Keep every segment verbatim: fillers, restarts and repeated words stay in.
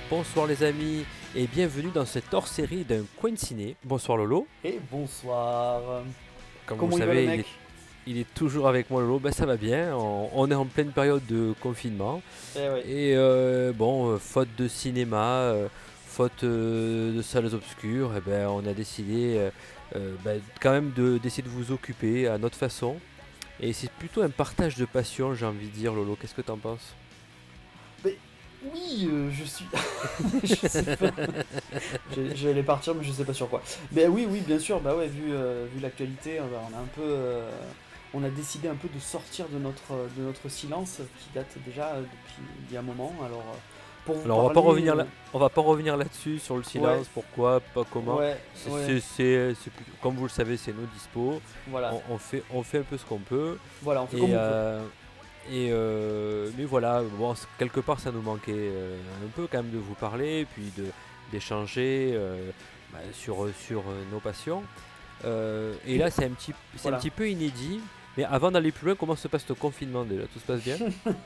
Bonsoir les amis et bienvenue dans cette hors-série d'un coin de ciné. Bonsoir Lolo. Et bonsoir. Comme vous le Comment il va le savez, il mec? est, il est toujours avec moi Lolo. Ben, ça va bien, on, on est en pleine période de confinement. Eh ouais. Et euh, bon, euh, faute de cinéma, euh, faute euh, de salles obscures, eh ben, on a décidé euh, euh, ben, quand même de, d'essayer de vous occuper à notre façon. Et c'est plutôt un partage de passion, j'ai envie de dire Lolo. Qu'est-ce que t'en penses? Mais oui, euh, je suis. Je sais pas. J'ai- J'allais partir, mais je sais pas sur quoi. Ben oui, oui, bien sûr. Bah ouais, vu, euh, vu l'actualité, euh, bah, on a un peu. euh, On a décidé un peu de sortir de notre, de notre silence qui date déjà euh, depuis il y a un moment. Alors, euh, pour vous Alors on va pas parler. revenir euh, là, on va pas revenir là-dessus sur le Ouais, silence, pourquoi, pas comment. ouais, C'est, ouais. c'est, c'est- c'est plutôt- comme vous le savez, c'est nos dispos. Voilà. On, on fait, on fait un peu ce qu'on peut. Voilà, on fait Et, comme on peut. euh, et euh, mais voilà, bon, c- quelque part ça nous manquait euh, un peu quand même de vous parler, puis de d'échanger euh, bah, sur sur euh, nos passions. Euh, et Puis, là c'est un petit, c'est un voilà. petit peu inédit. Mais avant d'aller plus loin, comment se passe le confinement déjà? Tout se passe bien?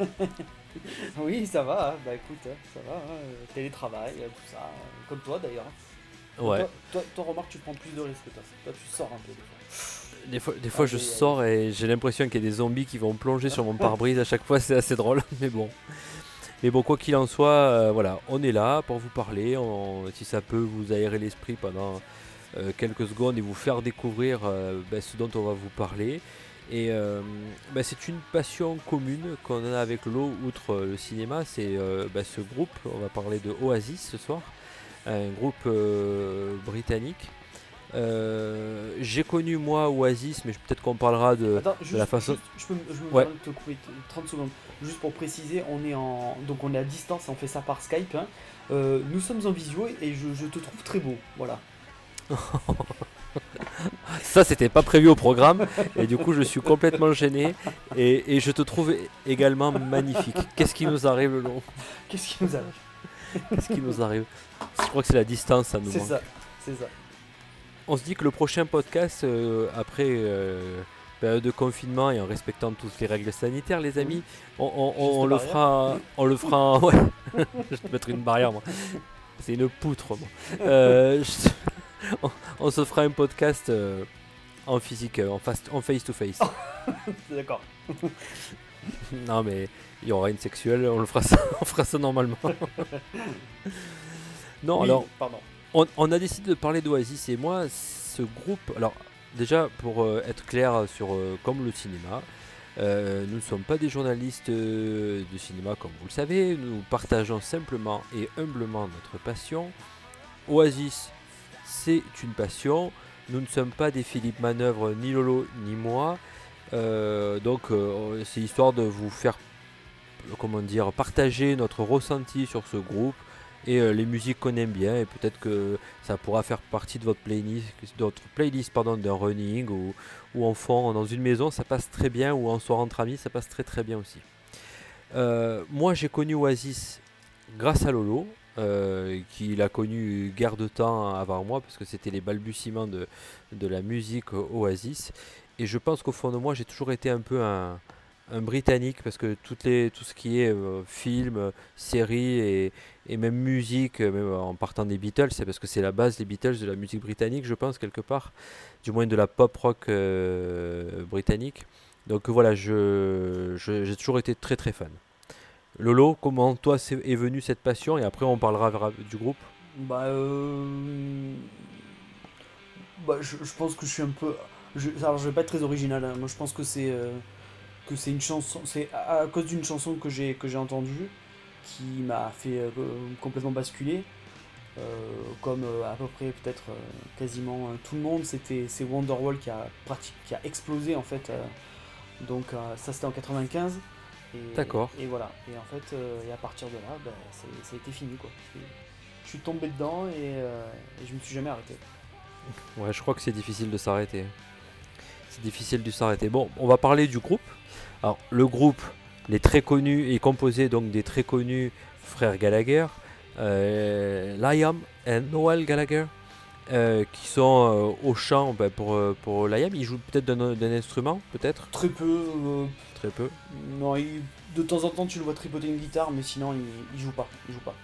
Oui, ça va, hein. Bah écoute, hein, ça va, hein, euh, télétravail, euh, tout ça, euh, comme toi d'ailleurs. Bon, Ouais. toi, toi, toi, remarque, tu prends plus de risques que toi. Toi, tu sors un peu des fois. Des fois, des fois, Aïe, je aïe, aïe. sors et j'ai l'impression qu'il y a des zombies qui vont plonger sur mon pare-brise à chaque fois, c'est assez drôle, mais bon. Mais bon, quoi qu'il en soit, euh, voilà, on est là pour vous parler, on- si ça peut vous aérer l'esprit pendant euh, quelques secondes et vous faire découvrir euh, ben, ce dont on va vous parler. Et euh, ben, c'est une passion commune qu'on a avec Lo, outre euh, le cinéma, c'est euh, ben, ce groupe, on va parler de Oasis ce soir, un groupe euh, britannique. Euh, j'ai connu moi Oasis, mais je- peut-être qu'on parlera de, Attends, de la juste, façon. juste, je, peux, me- je me Ouais, permets de te couper t- trente secondes. Juste pour préciser, on est en, donc on est à distance, on fait ça par Skype, hein. Euh, nous sommes en visio et je, je te trouve très beau, voilà. ça c'était pas prévu au programme, et du coup je suis complètement gêné, et, et je te trouve également magnifique. Qu'est-ce qui nous arrive le long? Qu'est-ce qui nous arrive? Qu'est-ce qui nous arrive? Je crois que c'est la distance, ça nous C'est ça, manque. c'est ça. On se dit que le prochain podcast, euh, après euh, période de confinement et en respectant toutes les règles sanitaires, les Oui, amis, on, on- on- geste on le barrière. fera, on le fera, ouais. Je vais te mettre une barrière, moi. C'est une poutre, moi. Euh, je- on, on se fera un podcast euh, en physique, euh, en face, en face to face. D'accord. Non, mais il y aura une sexuelle, on le fera ça, on fera ça normalement. Non, Oui, alors, pardon. on, on a décidé de parler d'Oasis et moi, ce groupe. Alors, déjà, pour euh, être clair sur euh, comme le cinéma, euh, nous ne sommes pas des journalistes euh, de cinéma comme vous le savez. Nous partageons simplement et humblement notre passion. Oasis, c'est une passion. Nous ne sommes pas des Philippe Manœuvre, ni Lolo, ni moi. Euh, donc, euh, c'est histoire de vous faire, euh, comment dire, partager notre ressenti sur ce groupe et euh, les musiques qu'on aime bien. Et peut-être que ça pourra faire partie de votre playlist, de votre playlist pardon, d'un running ou, ou en fond dans une maison, ça passe très bien. Ou en soirée entre amis, ça passe très très bien aussi. Euh, moi, j'ai connu Oasis grâce à Lolo, euh, qui l'a connu guère de temps avant moi, parce que c'était les balbutiements de, de la musique Oasis. Et je pense qu'au fond de moi, j'ai toujours été un peu un, un Britannique, parce que toutes les, tout ce qui est euh, film, euh, série et, et même musique, euh, même en partant des Beatles, c'est parce que c'est la base des Beatles de la musique britannique, je pense, quelque part, du moins de la pop rock euh, britannique. Donc voilà, je, je- j'ai toujours été très très fan. Lolo, comment toi c'est- est venue cette passion et après on parlera vera- du groupe. Bah, euh... bah je, je pense que je suis un peu. Je, alors, je vais pas être très original, hein. Moi, je pense que c'est euh, que c'est une chanson. C'est à, à cause d'une chanson que j'ai que j'ai entendue qui m'a fait euh, complètement basculer. Euh, comme euh, à peu près peut-être euh, quasiment euh, tout le monde, c'était c'est Wonderwall qui a prati- qui a explosé en fait. Euh, donc euh, ça c'était en quatre-vingt-quinze D'accord. et, et voilà. Et en fait euh, et à partir de là, bah, c'est- ça a été fini quoi. C'est- Je suis tombé dedans et, euh, et je me suis jamais arrêté. Ouais, je crois que c'est difficile de s'arrêter. C'est difficile de s'arrêter. Bon, on va parler du groupe. Alors, le groupe, les très connus, est composé donc des très connus frères Gallagher, euh, Liam et Noel Gallagher, euh, qui sont euh, au chant ben, pour, euh, pour Liam. Ils jouent peut-être d'un d'un instrument, peut-être. Très peu. euh, Très peu. non, il- de temps en temps tu le vois tripoter une guitare, mais sinon il, il joue pas. Il joue pas.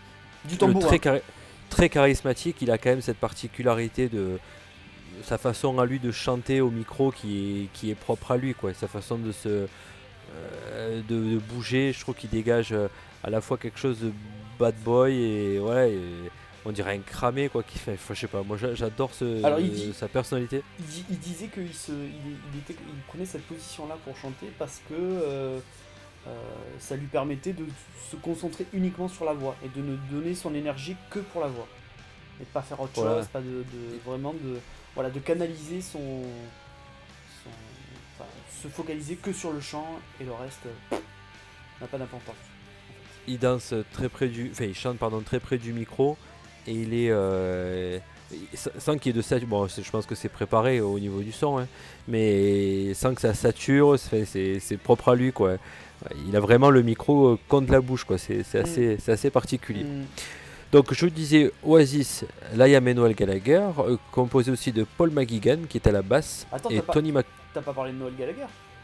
Du le tambour. très, Hein. chari- très charismatique. Il a quand même cette particularité de sa façon à lui de chanter au micro qui est, qui est propre à lui, quoi. Sa façon de se euh, de, de bouger, je trouve qu'il dégage euh, à la fois quelque chose de bad boy et ouais, et on dirait un cramé quoi qui fait. Enfin, je sais pas, moi j'a- j'adore Alors il ce, dit, sa personnalité. il, dit- il disait qu'il se, il, il était, il prenait cette position-là pour chanter parce que euh, euh, ça lui permettait de se concentrer uniquement sur la voix et de ne donner son énergie que pour la voix. Et de pas faire autre chose, Voilà. pas de, de- vraiment de, voilà, de canaliser son, son- enfin, se focaliser que sur le chant et le reste euh, n'a pas d'importance. Il danse très près du, enfin il chante pardon très près du micro et il est euh, sans qu'il y ait de sature. Bon, c'est- je pense que c'est préparé au niveau du son, hein, mais sans que ça sature, c'est c'est- c'est propre à lui quoi. Il a vraiment le micro euh, contre la bouche quoi. C'est c'est Mm. assez, c'est assez particulier. Mm. Donc je disais Oasis, Liam et Noel Gallagher, euh, composé aussi de Paul McGuigan qui est à la basse Attends, et t'as pas, Tony Mac. t'as pas parlé de Noel Gallagher?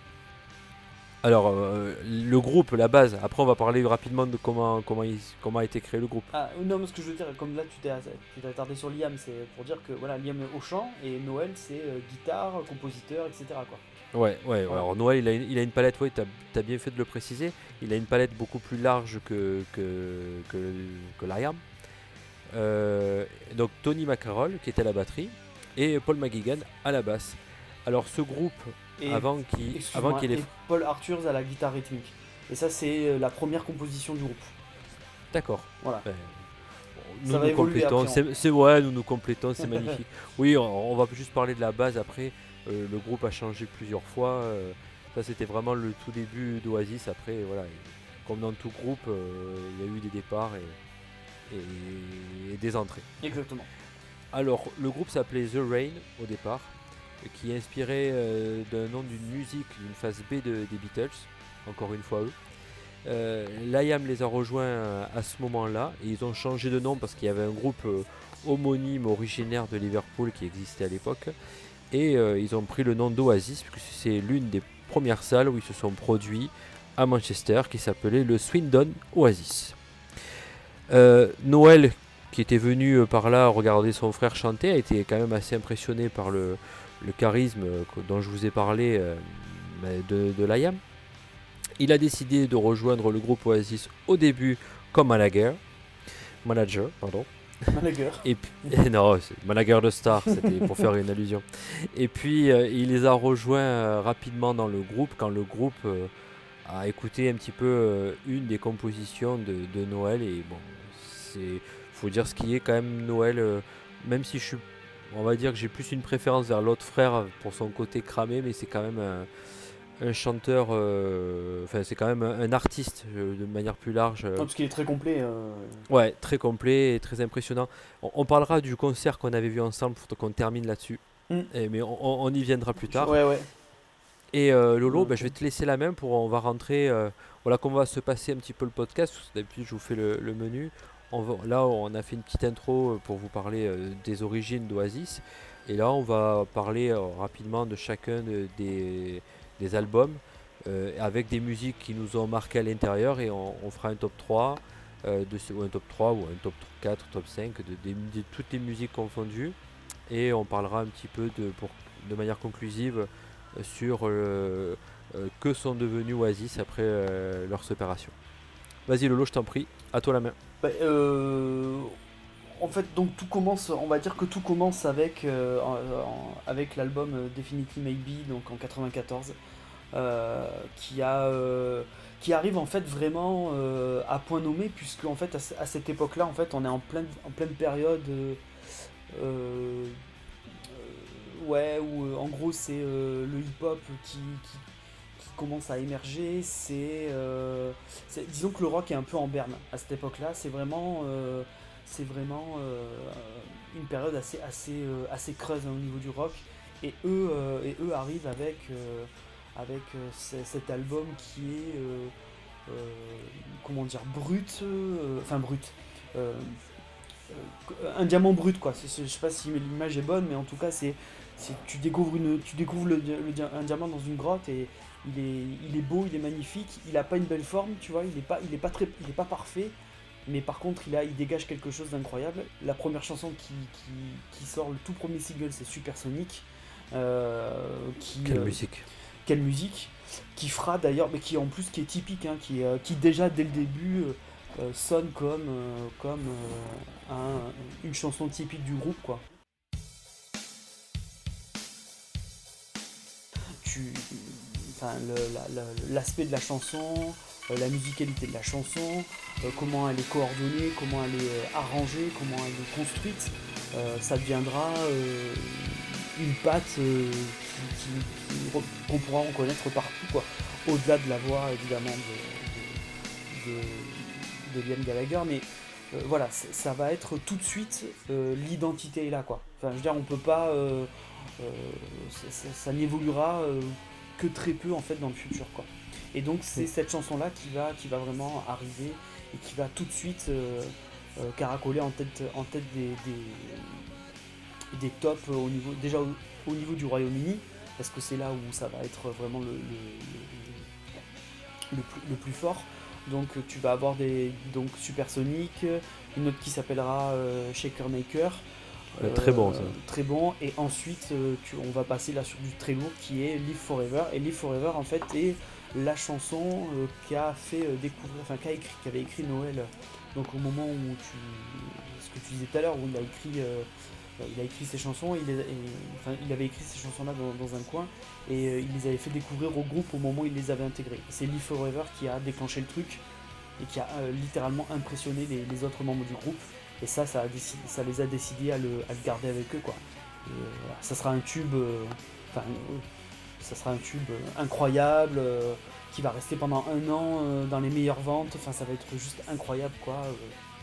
Alors euh, le groupe, la base. Après on va parler rapidement de comment comment il- comment a été créé le groupe. Ah non, mais ce que je veux dire, comme là tu t'es tu t'es attardé sur Liam, c'est pour dire que voilà, Liam est au chant et Noël c'est euh, guitare, compositeur, et cetera quoi. Ouais, ouais. Voilà. Alors Noël, il a une, il a une palette. Ouais, t'as as bien fait de le préciser. Il a une palette beaucoup plus large que que que, que Liam. Euh, donc Tony McCarroll qui était à la batterie et Paul McGuigan à la basse. Alors ce groupe Et, avant qu'il avant excuse-moi, qu'il ait et Paul Arthurs à la guitare rythmique. Et ça c'est euh, la première composition du groupe. d'accord. Voilà. Ben, nous Ça va nous évoluer complétons. après, C'est c'est- ouais, nous nous complétons. C'est magnifique. Oui, on, on va juste parler de la base après. Euh, le groupe a changé plusieurs fois. euh, ça c'était vraiment le tout début d'Oasis. Après voilà, et comme dans tout groupe, euh, il y a eu des départs et, et- et des entrées. Exactement. Alors, le groupe s'appelait The Rain au départ, qui est inspiré euh, d'un nom d'une musique, d'une phase B de- des Beatles, encore une fois eux. Euh, Liam les a rejoints euh, à ce moment-là et ils ont changé de nom parce qu'il y avait un groupe euh, homonyme originaire de Liverpool qui existait à l'époque et euh, ils ont pris le nom d'Oasis puisque c'est l'une des premières salles où ils se sont produits à Manchester qui s'appelait le Swindon Oasis. Euh, Noël, qui était venu euh, par là regarder son frère chanter, a été quand même assez impressionné par le, le charisme euh, que- dont je vous ai parlé euh, bah, de, de Liam. Il a décidé de rejoindre le groupe Oasis au début comme manager, manager pardon. Manager. Et puis, non, c'est manager de star, c'était pour faire une allusion. Et puis euh, il les a rejoints euh, rapidement dans le groupe quand le groupe euh, a écouté un petit peu euh, une des compositions de, de Noël. Et bon, c'est faut dire ce qui est quand même Noël, euh, même si je suis, on va dire que j'ai plus une préférence vers l'autre frère pour son côté cramé, mais c'est quand même un, un chanteur, euh, enfin c'est quand même un, un artiste euh, de manière plus large. euh, Non, parce qu'il est très complet. euh, Ouais, très complet et très impressionnant. On, on parlera du concert qu'on avait vu ensemble pour qu'on termine là-dessus. Mm. Et- mais on, on y viendra plus tard. Ouais, ouais. Et euh, Lolo, Ok. ben, je vais te laisser la main pour on va rentrer. euh, voilà comment va se passer un petit peu le podcast. Parce que d'habitude, je vous fais le, le menu. On va- là, on a fait une petite intro euh, pour vous parler euh, des origines d'Oasis. Et là, on va parler euh, rapidement de chacun de- des, des albums euh, avec des musiques qui nous ont marqué à l'intérieur. Et on, on fera un top trois, euh, de, ce- ou un top trois ou un top quatre, top cinq de, des- de toutes les musiques confondues. Et on parlera un petit peu de, pour, de manière conclusive euh, sur euh, euh, que sont devenus Oasis après euh, leur séparation. Vas-y Lolo, je t'en prie, à toi la main. Bah, euh, en fait, donc tout commence, on va dire que tout commence avec, euh, en- en- avec l'album euh, Definitely Maybe, donc en quatre-vingt-quatorze, euh, qui, a, euh, qui arrive en fait vraiment euh, à point nommé, puisque en fait à, ce- à cette époque-là, en fait, on est en pleine, en pleine période, euh, euh, euh, ouais, où euh, en gros c'est euh, le hip-hop qui, qui, qui commence à émerger, c'est, euh, c'est- disons que le rock est un peu en berne à cette époque-là, c'est vraiment, euh, c'est vraiment euh, une période assez, assez, euh, assez creuse hein, au niveau du rock, et eux, euh, et eux arrivent avec, euh, avec euh, c- cet album qui est, euh, euh, comment dire, brut, euh, enfin brut, euh, euh, un diamant brut quoi. C'est- c'est- je sais pas si l'image est bonne, mais en tout cas c'est, c'est- tu découvres une, tu découvres le, di- le dia- un diamant dans une grotte et il est, il est beau, il est magnifique. Il a pas une belle forme, tu vois. Il est pas, il est pas très, il est pas parfait, Mais par contre, il, a, il dégage quelque chose d'incroyable. La première chanson qui, qui, qui sort, le tout premier single, c'est Supersonic. Euh, qui, Quelle euh, musique. Quelle musique. Qui fera d'ailleurs, mais qui en plus qui est typique, hein, qui, euh, qui déjà dès le début euh, euh, sonne comme, euh, comme euh, un, une chanson typique du groupe, quoi. Tu, enfin, le, la, la, l'aspect de la chanson, euh, la musicalité de la chanson, euh, comment elle est coordonnée, comment elle est euh, arrangée, comment elle est construite, euh, ça deviendra euh, une patte euh, qui, qui, qui, qu'on pourra reconnaître partout, quoi. Au-delà de la voix évidemment de, de, de, de Liam Gallagher, mais euh, voilà, ça va être tout de suite euh, l'identité est là, quoi. Enfin, je veux dire, on peut pas, euh, euh, ça, ça, ça n'évoluera euh, que très peu en fait dans le futur, quoi. Et donc c'est cette chanson là qui va, qui va vraiment arriver et qui va tout de suite euh, euh, caracoler en tête, en tête des, des, des tops au niveau, déjà au, au niveau du Royaume-Uni, parce que c'est là où ça va être vraiment le, le, le, le, plus, le plus fort. Donc tu vas avoir des donc Supersonic, une autre qui s'appellera euh, Shaker Maker. Euh, très bon ça. Très bon. Et ensuite euh, tu, on va passer là sur du très lourd qui est Live Forever. Et Live Forever en fait est la chanson euh, qu'a fait euh, découvrir, enfin qu'a écrit, qu'avait écrit Noël. Donc au moment où tu, ce que tu disais tout à l'heure, où il a écrit euh, il a écrit ses chansons, il, est, et, enfin, il avait écrit ces chansons-là dans, dans un coin et euh, il les avait fait découvrir au groupe au moment où il les avait intégrées. C'est Live Forever qui a déclenché le truc et qui a euh, littéralement impressionné les, les autres membres du groupe. Et ça, ça, a décidé, ça les a décidés à le, à le garder avec eux, quoi. Et, euh, voilà. Ça sera un tube, euh, enfin, euh, ça sera un tube euh, incroyable euh, qui va rester pendant un an euh, dans les meilleures ventes. Enfin, ça va être juste incroyable, quoi. Euh,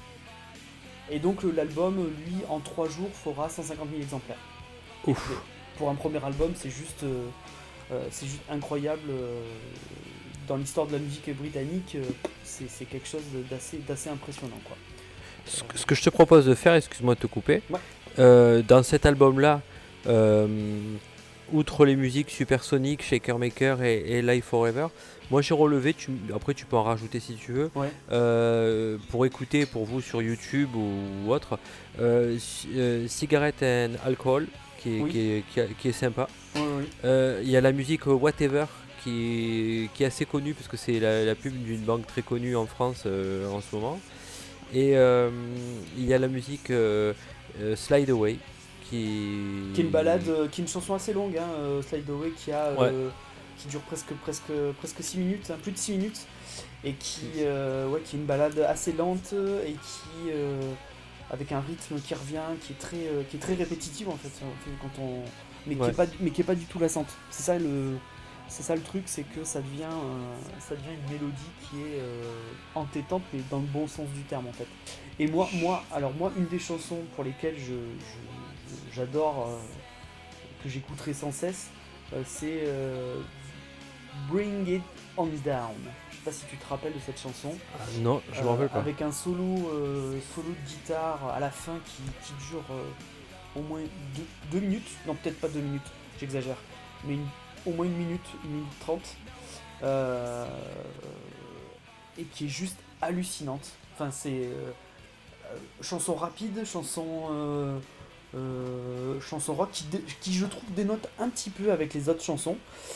Et donc l'album, lui, en trois jours, fera cent cinquante mille exemplaires. Ouf. Pour un premier album, c'est juste, euh, euh, c'est juste incroyable. Euh, dans l'histoire de la musique britannique, euh, c'est, c'est quelque chose d'assez, d'assez impressionnant, quoi. Ce que, ce que je te propose de faire, excuse-moi de te couper, ouais. euh, dans cet album-là, euh, outre les musiques Supersonic, Shaker Maker et, et Live Forever, moi j'ai relevé, tu, après tu peux en rajouter si tu veux, ouais. euh, pour écouter pour vous sur YouTube ou, ou autre, euh, euh, Cigarette and Alcohol, qui est, oui. qui est, qui a, qui est sympa. Il oui, oui. euh, y a la musique Whatever, qui est, qui est assez connue, parce que c'est la, la pub d'une banque très connue en France euh, en ce moment. Et il euh, y a la musique euh, euh, Slide Away, qui... qui est une balade, euh, qui est une chanson assez longue, hein, euh, Slide Away, qui a, ouais. euh, qui dure presque presque presque six minutes, hein, plus de six minutes, et qui, euh, ouais, qui est une balade assez lente et qui, euh, avec un rythme qui revient, qui est très, euh, qui est très répétitif en fait, quand on, mais ouais. qui est pas, mais qui est pas du tout lassante. C'est ça le, c'est ça le truc, c'est que ça devient, euh, ça devient une mélodie qui est euh, entêtante, mais dans le bon sens du terme en fait. Et moi, moi, alors moi, une des chansons pour lesquelles je, je j'adore, euh, que j'écouterai sans cesse, euh, c'est euh, Bring It On Down. Je sais pas si tu te rappelles de cette chanson. Ah, non, je euh, me rappelle pas. Avec un solo, euh, solo de guitare à la fin qui, qui dure euh, au moins deux, deux minutes. Non, peut-être pas deux minutes, j'exagère. Mais une, au moins une minute, une minute trente. Euh, et qui est juste hallucinante. Enfin, c'est euh, chanson rapide, chanson... Euh, Euh, chanson rock qui, qui je trouve dénote un petit peu avec les autres chansons,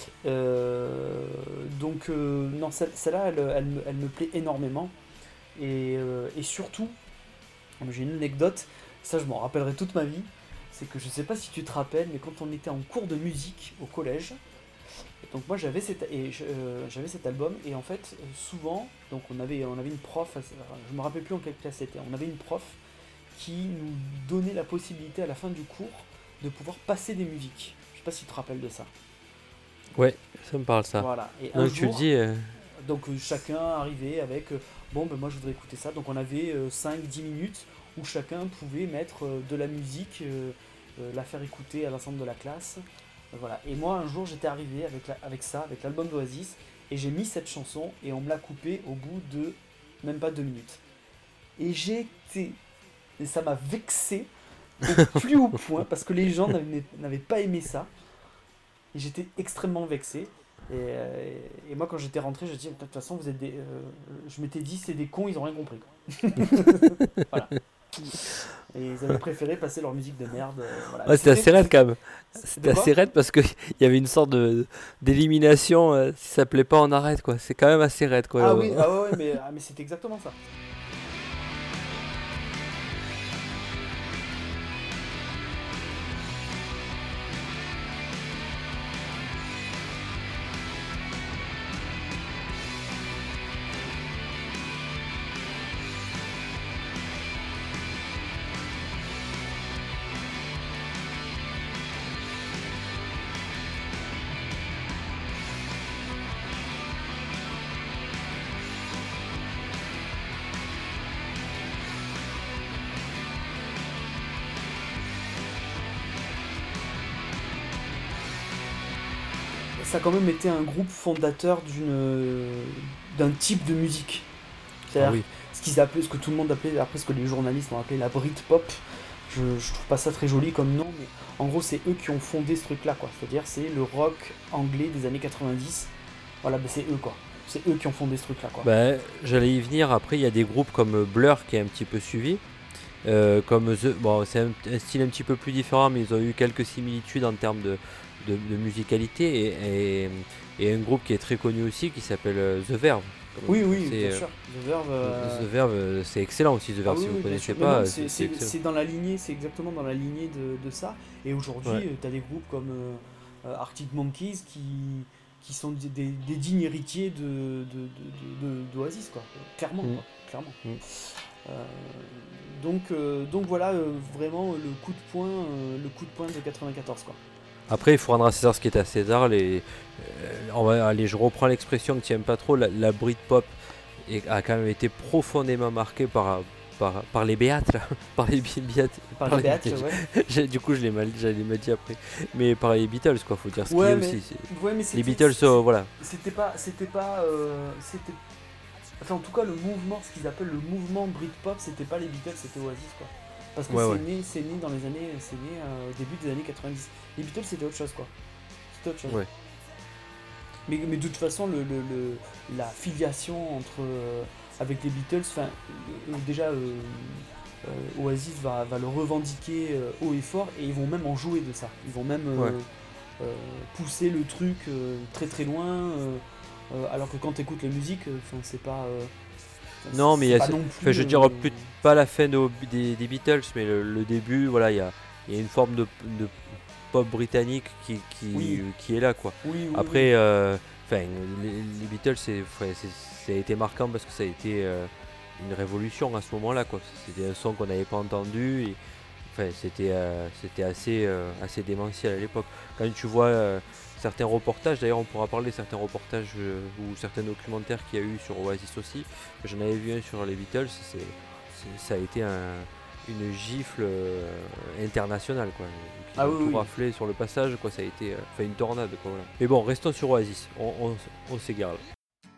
euh, donc euh, non, celle-là elle, elle, me, elle me plaît énormément et, euh, et surtout j'ai une anecdote, ça je m'en rappellerai toute ma vie, c'est que je sais pas si tu te rappelles, mais quand on était en cours de musique au collège, donc moi j'avais cet, et euh, j'avais cet album et en fait souvent donc on avait, on avait une prof, je me rappelle plus en quelle classe c'était, on avait une prof qui nous donnait la possibilité à la fin du cours de pouvoir passer des musiques. Je sais pas si tu te rappelles de ça. Ouais, ça me parle ça. Voilà. Et donc un tu jour, le dis. Euh... Donc chacun arrivait avec euh, bon ben moi je voudrais écouter ça. Donc on avait euh, cinq dix minutes où chacun pouvait mettre euh, de la musique, euh, euh, la faire écouter à l'ensemble de la classe. Euh, voilà. Et moi un jour j'étais arrivé avec, la, avec ça, avec l'album d'Oasis, et j'ai mis cette chanson et on me l'a coupée au bout de même pas deux minutes. Et j'ai été et ça m'a vexé au plus haut point parce que les gens n'avaient, n'avaient pas aimé ça et j'étais extrêmement vexé Et, euh, et moi, quand j'étais rentré, je dis, de toute façon, vous êtes des. euh, je m'étais dit, c'est des cons, ils ont rien compris, quoi. Voilà. Et ils avaient préféré passer leur musique de merde. euh, voilà. Et Ouais, c'était c'était. assez raide c'est- quand même. c'est- De C'était assez quoi? raide parce qu'il y avait une sorte de d'élimination. Euh, si ça plaît pas, on arrête quoi. C'est quand même assez raide quoi. Ah oui, ah ouais, ouais, mais, ah, mais c'était exactement ça. Ça a quand même été un groupe fondateur d'une d'un type de musique. Ah C'est-à-dire oui. ce qu'ils appelaient, ce que tout le monde appelait, après ce que les journalistes ont appelé la Britpop. Je, je trouve pas ça très joli comme nom, mais en gros c'est eux qui ont fondé ce truc-là, quoi. C'est-à-dire c'est le rock anglais des années quatre-vingt-dix. Voilà, ben c'est eux, quoi. C'est eux qui ont fondé ce truc-là, quoi. Bah, j'allais y venir. Après, il y a des groupes comme Blur qui est un petit peu suivi. Euh, comme The, bon, c'est un, un style un petit peu plus différent, mais ils ont eu quelques similitudes en termes de, de, de musicalité et, et, et un groupe qui est très connu aussi qui s'appelle euh, The Verve. Oui, oui, C'est, bien euh, sûr. The Verve. euh, The Verve, euh, c'est excellent aussi. The Ah Verve, oui, si vous oui, bien connaissez sûr. Mais non, pas, mais c'est, c'est c'est c'est- excellent. c'est dans la lignée, c'est exactement dans la lignée de, de ça. Et Ouais, aujourd'hui, tu as des groupes comme euh, euh, Arctic Monkeys qui, qui sont des, des- des dignes héritiers de, de, de- de- de- d'Oasis, quoi. Clairement, mm, quoi. Clairement. mm. Euh, donc, euh, donc voilà, euh, vraiment le coup de poing, euh, le coup de poing de quatre-vingt-quatorze, quoi. Après, il faut rendre à César ce qui est à César. Les, euh, on va, allez, je reprends l'expression que tu n'aimes pas trop. La, la Britpop est- a quand même été profondément marquée par, par, par les Béates, là. Par les Bi- Béates. Par Par les les, Beatles, ouais. j'ai- du coup, je l'ai mal, j'allais mal dit après. Mais par les Beatles, quoi. Faut dire ce qui est Ouais, mais, aussi. c'est- ouais, mais Les c'était, Beatles, euh, voilà. c'était pas, c'était pas, euh, c'était, enfin en tout cas le mouvement, ce qu'ils appellent le mouvement Britpop, c'était pas les Beatles, c'était Oasis, quoi. Parce que Ouais, c'est ouais. né, c'est né dans les années, c'est né euh, au début des années quatre-vingt-dix. Les Beatles c'était autre chose, quoi. C'était autre chose. Ouais. Mais, mais de toute façon, le, le- le- la filiation entre euh, avec les Beatles, enfin euh, déjà euh, euh, Oasis va, va le revendiquer euh, haut et fort et ils vont même en jouer de ça. Ils vont même Ouais. euh, euh, pousser le truc euh, très très loin. euh, euh, alors que quand tu écoutes la musique, euh, enfin c'est pas, euh, Non, mais il y c'est a pas ce- non enfin, plus. je veux dire, euh, plus, pas la fin de- des, des Beatles, mais le, le début, voilà, il y a, il y a une forme de, de pop britannique qui, qui, Oui, qui est là, quoi. oui, oui, oui. Après, euh, enfin, les, les Beatles, c'est, ouais, c'est- ça a été marquant parce que ça a été euh, une révolution à ce moment-là, quoi. C'était un son qu'on n'avait pas entendu. Et, enfin, c'était, euh, c'était assez, euh, assez démentiel à l'époque. Quand tu vois euh, certains reportages, d'ailleurs, on pourra parler de certains reportages euh, ou certains documentaires qu'il y a eu sur Oasis aussi. J'en avais vu un sur les Beatles. C'est, c'est- ça a été un- une gifle euh, internationale, quoi. Ils Ah ont oui, tout oui. raflé sur le passage, quoi. Ça a été, euh, enfin, une tornade, quoi. Voilà. Mais bon, restons sur Oasis. On, on, on s'égare là.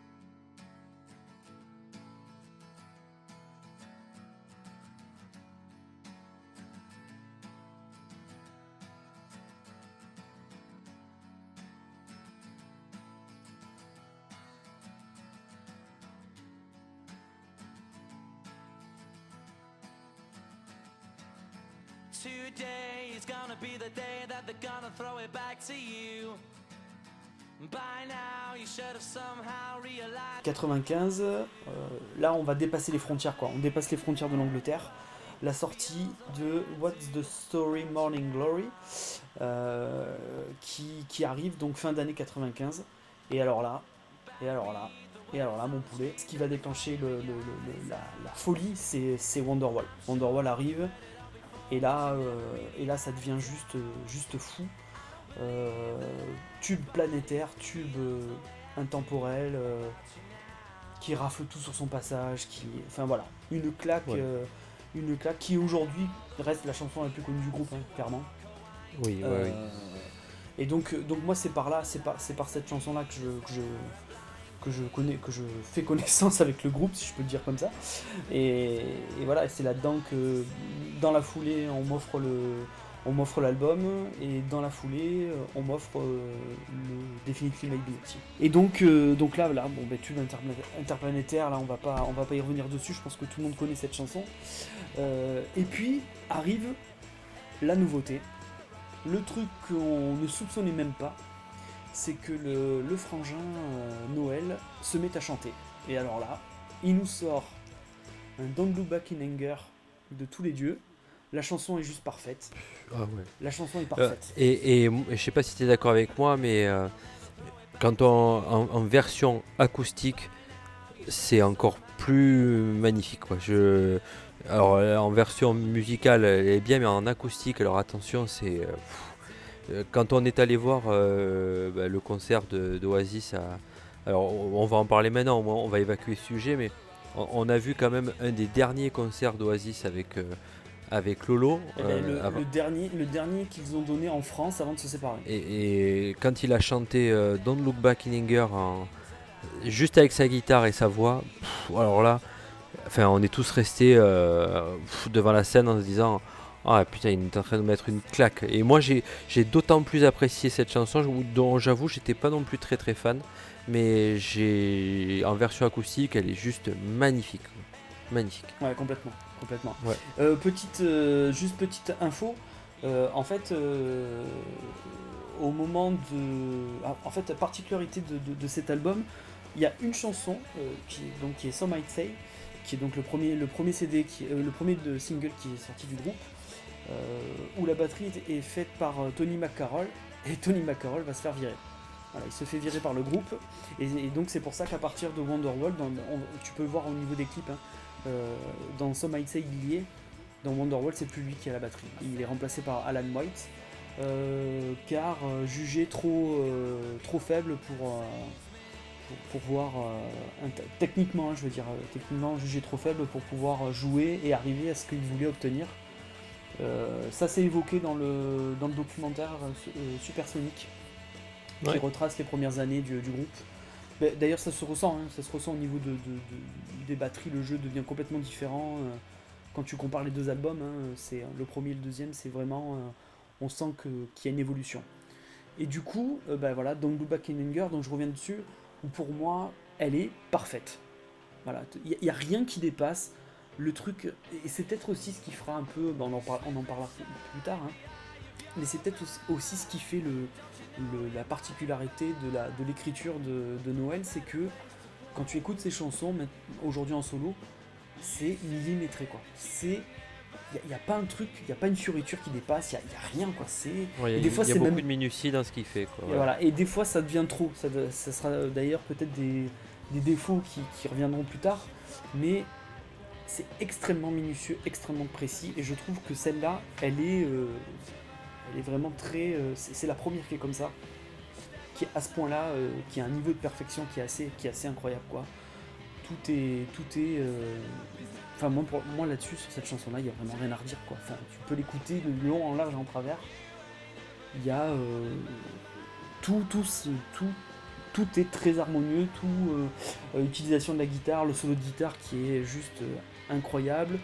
Today is gonna be the day that they're gonna throw it back to you. By now you should have somehow realized. quatre-vingt-quinze, euh, là on va dépasser les frontières, quoi. On dépasse les frontières de l'Angleterre. La sortie de What's the Story Morning Glory, euh, qui, qui arrive donc fin d'année quatre-vingt-quinze. Et alors là, et alors là, et alors là, mon poulet, ce qui va déclencher le, le- le- le- la, la folie, c'est, c'est Wonderwall. Wonderwall arrive, et là, euh, et là ça devient juste, juste fou. Euh, tube planétaire, tube euh, intemporel, euh, qui rafle tout sur son passage, qui, enfin voilà, une claque, Ouais. euh, une claque qui aujourd'hui reste la chanson la plus connue du groupe, hein, clairement. Oui, ouais, Euh, oui. Et donc, donc moi c'est par là, c'est par, c'est par cette chanson là que je, que je que je connais, que je fais connaissance avec le groupe, si je peux le dire comme ça. Et, et voilà, et c'est là-dedans que dans la foulée on m'offre le on m'offre l'album et dans la foulée, euh, on m'offre euh, le Definitely Maybe aussi. Et donc, euh, donc là, là, bon, bah, tube interpla- interplanétaire, là, on va pas, on va pas y revenir dessus. Je pense que tout le monde connaît cette chanson. Euh, et puis arrive la nouveauté, le truc qu'on ne soupçonnait même pas, c'est que le, le frangin euh, Noël se met à chanter. Et alors là, il nous sort un Don't Look Back in Anger de tous les dieux. La chanson est juste parfaite. Ah ouais. La chanson est Euh, parfaite. et, et, et je sais pas si tu es d'accord avec moi, mais euh, quand on en, en version acoustique, c'est encore plus magnifique, quoi. Je, alors euh, en version musicale, elle est bien, mais en acoustique, alors attention, c'est euh, pff, euh, quand on est allé voir euh, bah, le concert de, d'Oasis, à- alors on, on va en parler maintenant, on, on va évacuer ce sujet, mais on, on a vu quand même un des derniers concerts d'Oasis avec euh, avec Lolo. Eh ben, euh, le, avant- le dernier, le dernier qu'ils ont donné en France avant de se séparer. et, et quand il a chanté euh, Don't Look Back in Anger en- juste avec sa guitare et sa voix, pff, alors là, enfin, on est tous restés euh, pff, devant la scène en se disant ah putain, il est en train de mettre une claque. Et moi, j'ai, j'ai d'autant plus apprécié cette chanson, je- dont j'avoue, j'étais pas non plus très très fan, mais j'ai en version acoustique, elle est juste magnifique, magnifique. Ouais, complètement, complètement. Ouais. Euh, petite, euh, juste petite info. euh, en fait, euh, au moment de, ah, en fait, la particularité de, de- de cet album, il y a une chanson euh, qui, donc, qui est Some Might Say, qui est donc le premier, le premier C D, qui, euh, le premier de single qui est sorti du groupe, euh, où la batterie est, est faite par euh, Tony McCarroll, et Tony McCarroll va se faire virer. Voilà, il se fait virer par le groupe, et, et donc c'est pour ça qu'à partir de Wonderwall, dans- on- tu peux le voir au niveau des clips, hein, euh, dans Some Might Say il y est, dans Wonderwall c'est plus lui qui a la batterie, il est remplacé par Alan White, euh, car euh, jugé trop, euh, trop faible pour, euh, pour, pour pouvoir, euh, int- techniquement, hein, je veux dire, euh, techniquement jugé trop faible pour pouvoir jouer et arriver à ce qu'il voulait obtenir. Euh, ça c'est évoqué dans le, dans le documentaire euh, Su- euh, Supersonic, qui Ouais. retrace les premières années du, du groupe. Mais d'ailleurs ça se ressent, hein, ça se ressent au niveau de, de- de- des batteries, le jeu devient complètement différent. euh, quand tu compares les deux albums, hein, c'est le premier et le deuxième, c'est vraiment, euh, on sent que, qu'il y a une évolution. Et du coup, euh, bah voilà, Don't Look Back in Anger, donc je reviens dessus, où pour moi, elle est parfaite. Voilà, il n'y a, a rien qui dépasse. Le truc, et c'est peut-être aussi ce qui fera un peu, bah, on, en parle, on en parlera plus tard, hein, mais c'est peut-être aussi, aussi ce qui fait le, le- la particularité de, la, de l'écriture de, de Noël, c'est que quand tu écoutes ces chansons, mais aujourd'hui en solo, c'est millimétré quoi. C'est, il n'y a, a pas un truc, il n'y a pas une fioriture qui dépasse, il n'y a, y a rien quoi. C'est, Ouais, et il des y a, fois il y a c'est beaucoup même, de minutie dans ce qu'il fait, quoi. et, Voilà. voilà. Et des fois ça devient trop. Ça, de- ça sera d'ailleurs peut-être des, des défauts qui, qui reviendront plus tard, mais c'est extrêmement minutieux, extrêmement précis, et je trouve que celle-là, elle est, euh, elle est vraiment très, euh, c'est, c'est la première qui est comme ça, qui est à ce point-là, euh, qui a un niveau de perfection qui est assez, qui est assez incroyable quoi. Tout est, tout est, euh, enfin moi, pour, moi là-dessus sur cette chanson-là, il y a vraiment rien à redire quoi. Enfin, tu peux l'écouter de long en large et en travers. Il y a euh, tout, tout, ce- tout, tout est très harmonieux, tout euh, euh, utilisation de la guitare, le solo de guitare qui est juste euh, incroyable,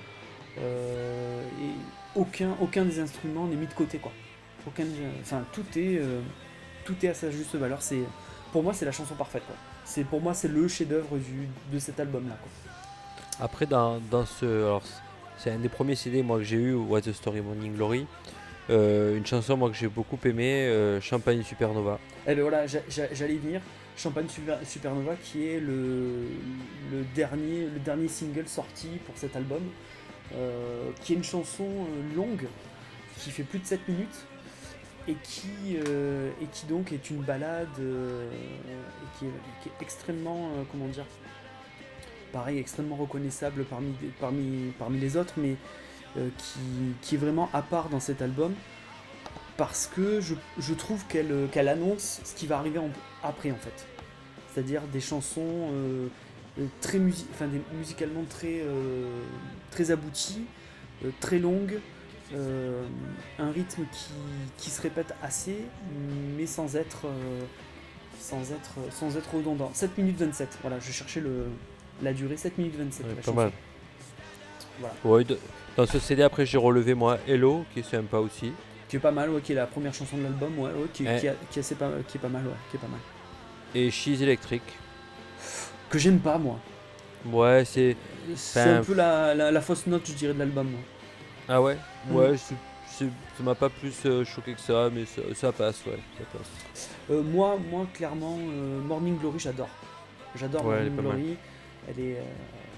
euh, et aucun, aucun des instruments n'est mis de côté quoi. Aucun, enfin tout est, euh, tout est à sa juste valeur. C'est, pour moi c'est la chanson parfaite quoi. C'est pour moi c'est le chef-d'œuvre du- de cet album là quoi. Après, dans, dans ce. Alors, c'est un des premiers C D moi, que j'ai eu, What's the Story Morning Glory. Euh, une chanson moi, que j'ai beaucoup aimé, euh, Champagne Supernova. Et ben voilà, j'a- j'a- j'allais y venir. Champagne Super- Supernova qui est le, le, dernier, le dernier single sorti pour cet album, euh, qui est une chanson euh, longue, qui fait plus de sept minutes, et qui, euh, et qui donc est une balade, euh, et qui est, qui est extrêmement, euh, comment dire, pareil, extrêmement reconnaissable parmi, parmi, parmi les autres, mais euh, qui, qui est vraiment à part dans cet album, parce que je, je trouve qu'elle euh, qu'elle annonce ce qui va arriver en- après en fait. C'est-à-dire des chansons euh, euh, très musi- enfin, des- musicalement très, euh, très abouties, euh, très longues, euh, un rythme qui, qui se répète assez, mais sans être, euh, sans être, sans être redondant. sept minutes vingt-sept, voilà, je cherchais le, la durée, sept minutes vingt-sept. Ouais, la pas chanson. mal. Voilà. Ouais, de- dans ce C D, après, j'ai relevé moi Hello, qui est sympa aussi. Qui est pas mal, ouais, qui est la première chanson de l'album, ouais, ouais, qui, Eh. qui, a- qui est assez pas, qui est pas mal, ouais, qui est pas mal. Et She's Electric. Que j'aime pas, moi. Ouais, c'est. C'est Enfin, un peu la, la, la fausse note, je dirais, de l'album. moi. Ah ouais Mm. Ouais, c'est- c'est- ça m'a pas plus euh, choqué que ça, mais ça, ça passe, ouais. Ça passe. Euh, moi, moi, clairement, euh, Morning Glory, j'adore. J'adore Ouais, elle est Morning pas mal. Glory. Elle est. euh,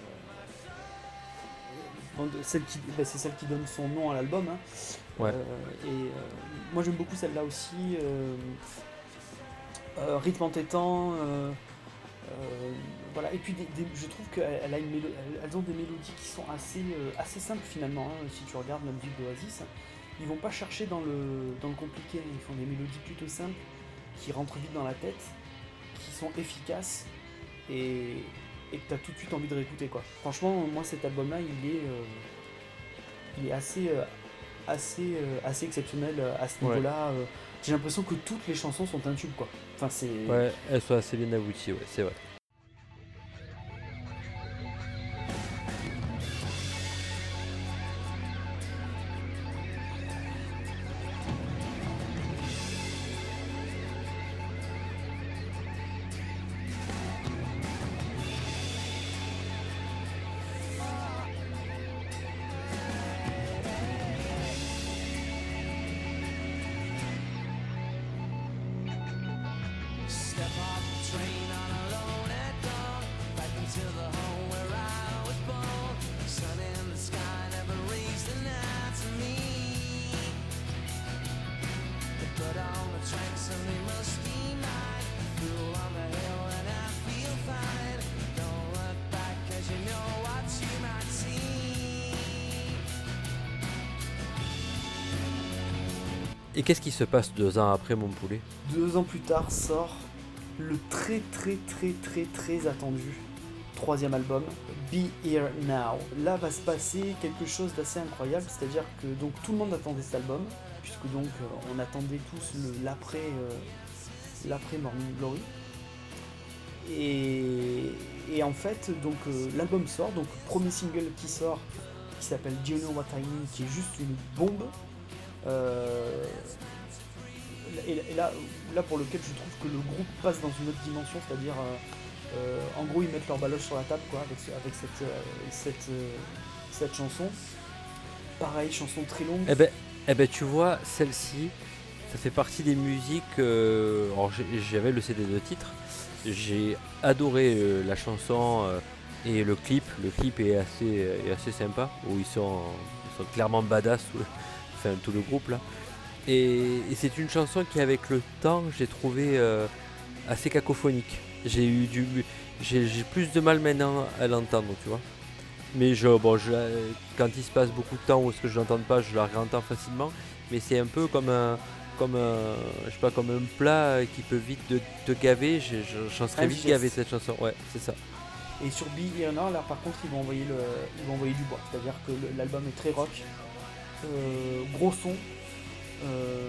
bon, de- celle qui, bah, c'est celle qui donne son nom à l'album. hein. Ouais. Euh, et euh, moi, j'aime beaucoup celle-là aussi. euh, euh, rythme entêtant. euh, euh, voilà. Et puis, des- des- je trouve qu'elles a une mélo- elles- elles ont des mélodies qui sont assez, euh, assez simples finalement. hein. Si tu regardes la musique d'Oasis, ils vont pas chercher dans le, dans le compliqué. Ils font des mélodies plutôt simples qui rentrent vite dans la tête, qui sont efficaces et, et que tu as tout de suite envie de réécouter quoi. Franchement, moi cet album là il est, euh, il est assez, euh, assez, euh, assez exceptionnel euh, à ce Ouais. niveau là. J'ai l'impression que toutes les chansons sont un tube quoi. Enfin c'est. Ouais, elles sont assez bien abouties, ouais, c'est vrai. Step off the train on a lone at dawn, back into the home where I was born. Sun in the sky never raised the night to me. They put on the tracks and they must be mine. Fuel on the hill and I feel fine. Don't look back 'cause you know what you might see. Et qu'est-ce qui se passe deux ans après, mon poulet? Deux ans plus tard sort le très très très très très attendu troisième album, Be Here Now. Là va se passer quelque chose d'assez incroyable, c'est-à-dire que donc tout le monde attendait cet album, puisque donc euh, on attendait tous le- l'après euh, l'après Morning Glory. Et, et en fait donc euh, l'album sort, donc premier single qui sort qui s'appelle Do You Know What I Mean, qui est juste une bombe. Euh, et, et là, là pour lequel je trouve que le groupe passe dans une autre dimension, c'est-à-dire euh, euh, en gros ils mettent leur baloche sur la table quoi, avec, ce- avec cette, euh, cette, euh, cette chanson. Pareil, chanson très longue. Eh ben, eh ben, tu vois, celle-ci, ça fait partie des musiques. euh, alors, j'ai- j'avais le C D de titre. J'ai adoré euh, la chanson euh, et le clip. Le clip est assez, est assez sympa, où ils sont, ils sont clairement badass, tout le- enfin tout le groupe là. Et, et c'est une chanson qui, avec le temps, j'ai trouvé euh, assez cacophonique. J'ai eu du, j'ai j'ai plus de mal maintenant à l'entendre, tu vois. Mais je, bon, je, la- quand il se passe beaucoup de temps où est-ce que je l'entends pas, je la réentends facilement. Mais c'est un peu comme un, comme un, je sais pas, comme un plat qui peut vite te, te gaver. Je- je- J'en serais vite Indigeste. gavé cette chanson. Ouais, c'est ça. Et sur Be Here Now, là par contre ils vont envoyer, le, ils vont envoyer du bois, c'est-à-dire que le- l'album est très rock, euh, gros son, euh,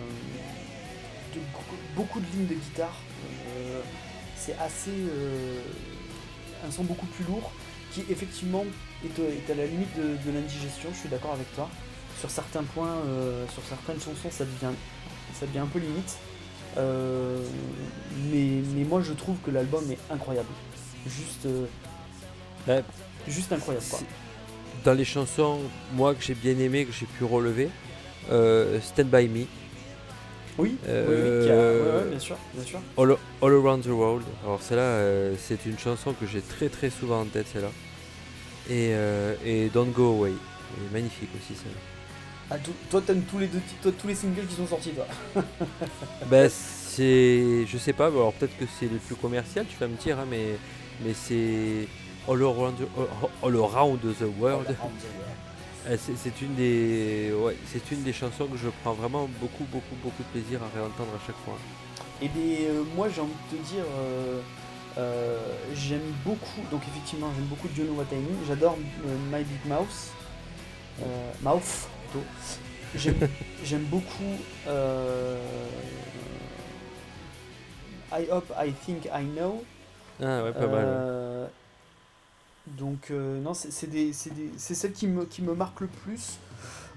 de- beaucoup de lignes de guitare, euh, c'est assez euh, un son beaucoup plus lourd qui effectivement est, est à la limite de, de l'indigestion, je suis d'accord avec toi. Sur certains points, euh, sur certaines chansons ça devient, ça devient un peu limite. Euh, mais, mais moi je trouve que l'album est incroyable. Juste, euh, Ouais, juste incroyable quoi. c'est- dans les chansons, moi que j'ai bien aimé, que j'ai pu relever, euh, Stand By Me, Oui, Euh, oui, oui, qui a- ouais, ouais, bien sûr, bien sûr. All, All Around the World. Alors celle-là, euh, c'est une chanson que j'ai très très souvent en tête, celle-là. Et, euh, et Don't Go Away. Elle est magnifique aussi, celle-là. Ah, to- toi t'aimes tous les deux, toi, tous les singles qui sont sortis toi. Bah c'est, je sais pas, bah, alors peut-être que c'est les plus commerciales, tu vas me dire, hein, mais, mais c'est All Around the, All Around the World. Euh, C'est c'est une des, ouais, c'est une des chansons que je prends vraiment beaucoup, beaucoup, beaucoup de plaisir à réentendre à chaque fois. Et bien euh, moi j'ai envie de te dire, euh, euh, j'aime beaucoup, donc effectivement j'aime beaucoup Do You Know What I Mean, j'adore euh, My Big Mouse, euh, Mouth plutôt. J'aime j'aime beaucoup euh, I Hope I Think I Know. Ah ouais, pas mal. Ouais. Euh, Donc euh, non, c'est c'est des- c'est des- c'est celle qui me, qui me marque le plus.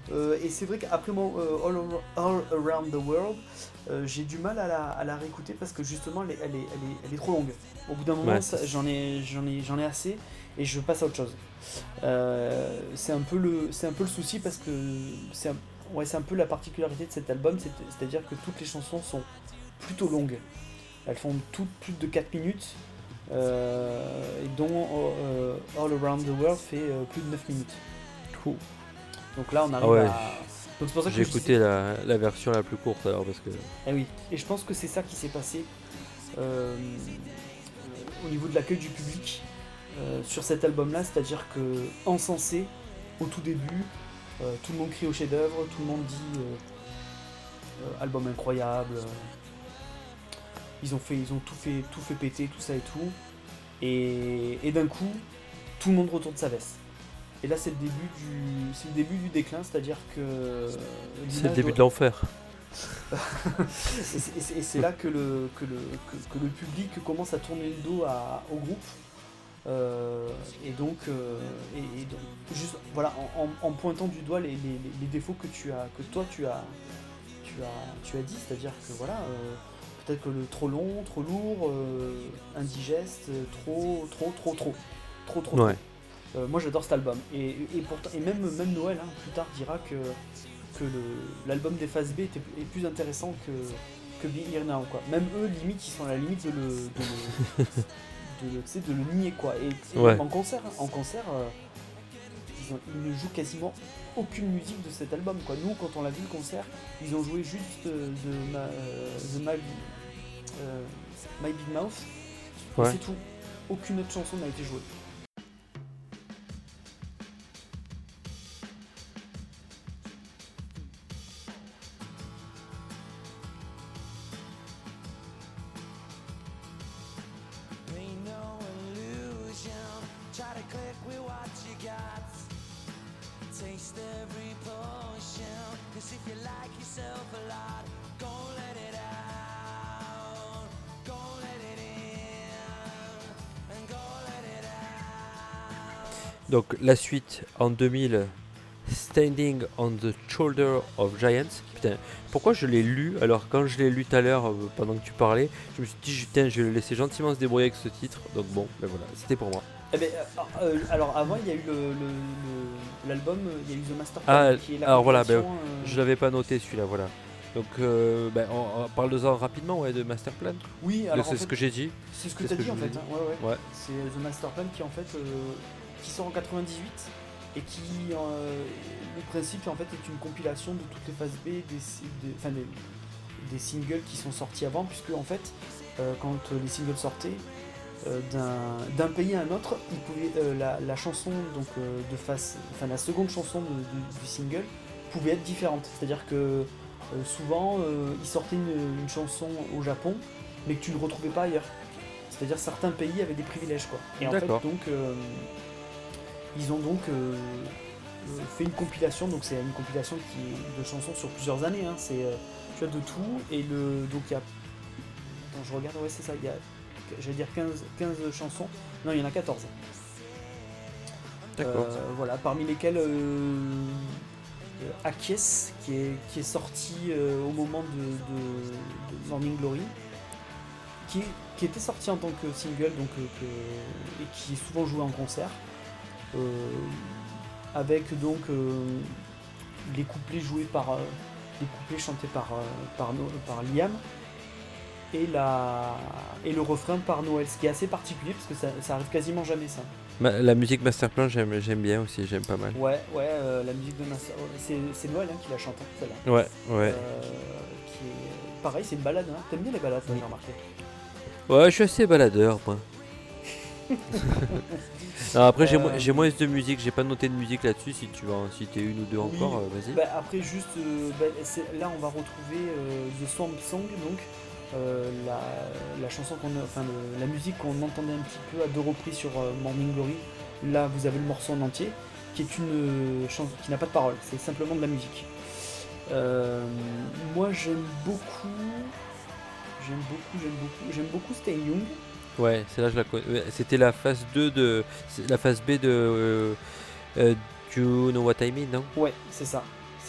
Euh, et c'est vrai qu'après moi, euh, All, All Around the World, euh, j'ai du mal à la, à la réécouter parce que justement elle est, elle est, elle est, elle est trop longue. Au bout d'un moment, Ouais, ça, c'est- j'en ai, j'en ai, j'en ai assez et je passe à autre chose. Euh, c'est un peu le, c'est un peu le souci parce que c'est un, ouais, c'est un peu la particularité de cet album, c'est, c'est-à-dire que toutes les chansons sont plutôt longues. Elles font toutes plus de quatre minutes, euh, et dont euh, All Around the World fait euh, plus de neuf minutes. Ouh. Donc là, on Ah arrive ouais, à. Donc c'est pour ça que j'ai je écouté disais- la, la version la plus courte alors parce que. Eh oui, et je pense que c'est ça qui s'est passé euh, au niveau de l'accueil du public euh, sur cet album-là, c'est-à-dire que encensé au tout début, euh, tout le monde crie au chef-d'œuvre, tout le monde dit euh, euh, album incroyable. euh, ils ont fait, ils ont tout fait, tout fait péter, tout ça et tout, et, et d'un coup, tout le monde retourne sa veste. Et là, c'est le début du, c'est le début du déclin, c'est-à-dire que C'est le l'image début doit- de l'enfer. Et c'est- et c'est et c'est là que le, que, le, que, que le public commence à tourner le dos à- au groupe. Euh, et, donc, euh, et, et donc, juste voilà, en, en- en pointant du doigt les, les- les défauts que, tu as, que toi tu as, tu as, tu as dit, c'est-à-dire que voilà, euh, peut-être que le trop long, trop lourd, euh, indigeste, euh, trop, trop, trop, trop, trop, trop, Ouais. trop. Euh, moi j'adore cet album. Et, et, pourtant, et même, même Noël, hein, plus tard, dira que, que le- l'album des phases B était, est plus intéressant que, que Be Here Now, quoi. Même eux, limite, ils sont à la limite de le, de le, de le, tu sais, de le nier, quoi. Et, et Ouais. même en concert, hein, en concert euh, ils, ont- ils ne jouent quasiment aucune musique de cet album, quoi. Nous, quand on l'a vu le concert, ils ont joué juste euh, The, Ma- euh, The My, euh, My Big Mouth, et Ouais. c'est tout. Aucune autre chanson n'a été jouée. Ain't no illusion. Try to click with what you got. Taste every potion. Cause if you like yourself a lot, go let it out. Go let it in. And go let it out. Donc la suite en deux mille, Standing on the Shoulder of Giants. Putain, pourquoi je l'ai lu alors quand je l'ai lu tout à l'heure euh, pendant que tu parlais, je me suis dit putain, je vais le laisser gentiment se débrouiller avec ce titre. Donc bon, ben voilà, c'était pour moi. Eh ben, euh, euh, alors avant, il y a eu le- le- le- l'album, euh, il y a eu The Master Plan, Ah, qui est la alors voilà, ben, compilation, euh, Je l'avais pas noté celui-là, voilà. Donc euh, ben, on, on parle de ça rapidement, ouais, de Master Plan. Oui, Donc, alors en c'est fait, ce que j'ai dit. c'est ce que c'est tu as ce que dit je en voulais fait. dire. hein, ouais, ouais. Ouais. C'est The Master Plan qui en fait euh, qui sort en quatre-vingt-dix-huit et qui euh, le principe en fait est une compilation de toutes les phases B des, si- des, enfin, des, des singles qui sont sortis avant, puisque en fait euh, quand les singles sortaient euh, d'un, d'un pays à un autre, ils pouvaient, euh, la, la chanson donc euh, de face, enfin la seconde chanson de- de- du single pouvait être différente. C'est-à-dire que euh, souvent euh, ils sortaient une, une chanson au Japon, mais que tu ne retrouvais pas ailleurs. C'est-à-dire certains pays avaient des privilèges, quoi. Et en fait D'accord. donc euh, ils ont donc euh, euh, fait une compilation, donc c'est une compilation qui est de chansons sur plusieurs années, hein. C'est euh, tu vois, de tout, et le donc il y a, attends, je regarde, ouais c'est ça, il y a, j'allais dire quinze, quinze chansons, non il y en a quatorze. D'accord. Euh, voilà, parmi lesquelles euh, euh, Akies, qui est, qui est sorti euh, au moment de, de- de Morning Glory, qui, est- qui était sorti en tant que single, donc, euh, que- et qui est souvent joué en concert, euh, avec donc euh, les couplets joués par, euh, les couplets chantés par, euh, par, No- par Liam, et, la, et le refrain par Noël, ce qui est assez particulier parce que ça, ça arrive quasiment jamais, ça. Ma- la musique Master Plan, j'aime, j'aime bien aussi, j'aime pas mal. Ouais, ouais, euh, la musique de Master, c'est, c'est Noël hein, qui la chante, hein, celle-là. Ouais, ouais. Euh, qui est... Pareil, c'est une balade, hein. T'aimes bien les balades, toi, j'ai remarqué. Ouais, je suis assez baladeur, moi. Non, après, j'ai, Euh, mo- j'ai moins de musique, j'ai pas noté de musique là-dessus. Si tu veux en citer une ou deux Oui. encore, euh, vas-y. Bah, après, juste, euh, bah, c'est- là, on va retrouver euh, The Swamp Song, donc euh, la, la chanson qu'on, a- enfin, le- la musique qu'on entendait un petit peu à deux reprises sur euh, Morning Glory. Là, vous avez le morceau en entier, qui est une euh, chanson qui n'a pas de parole, c'est simplement de la musique. Euh, moi, j'aime beaucoup, j'aime beaucoup, j'aime beaucoup, j'aime beaucoup Stay Young. Ouais, c'est là je la connais. Ouais, c'était la phase deux de. c'est la phase B de. Euh, euh, Do You Know What I Mean, non? Ouais, c'est ça.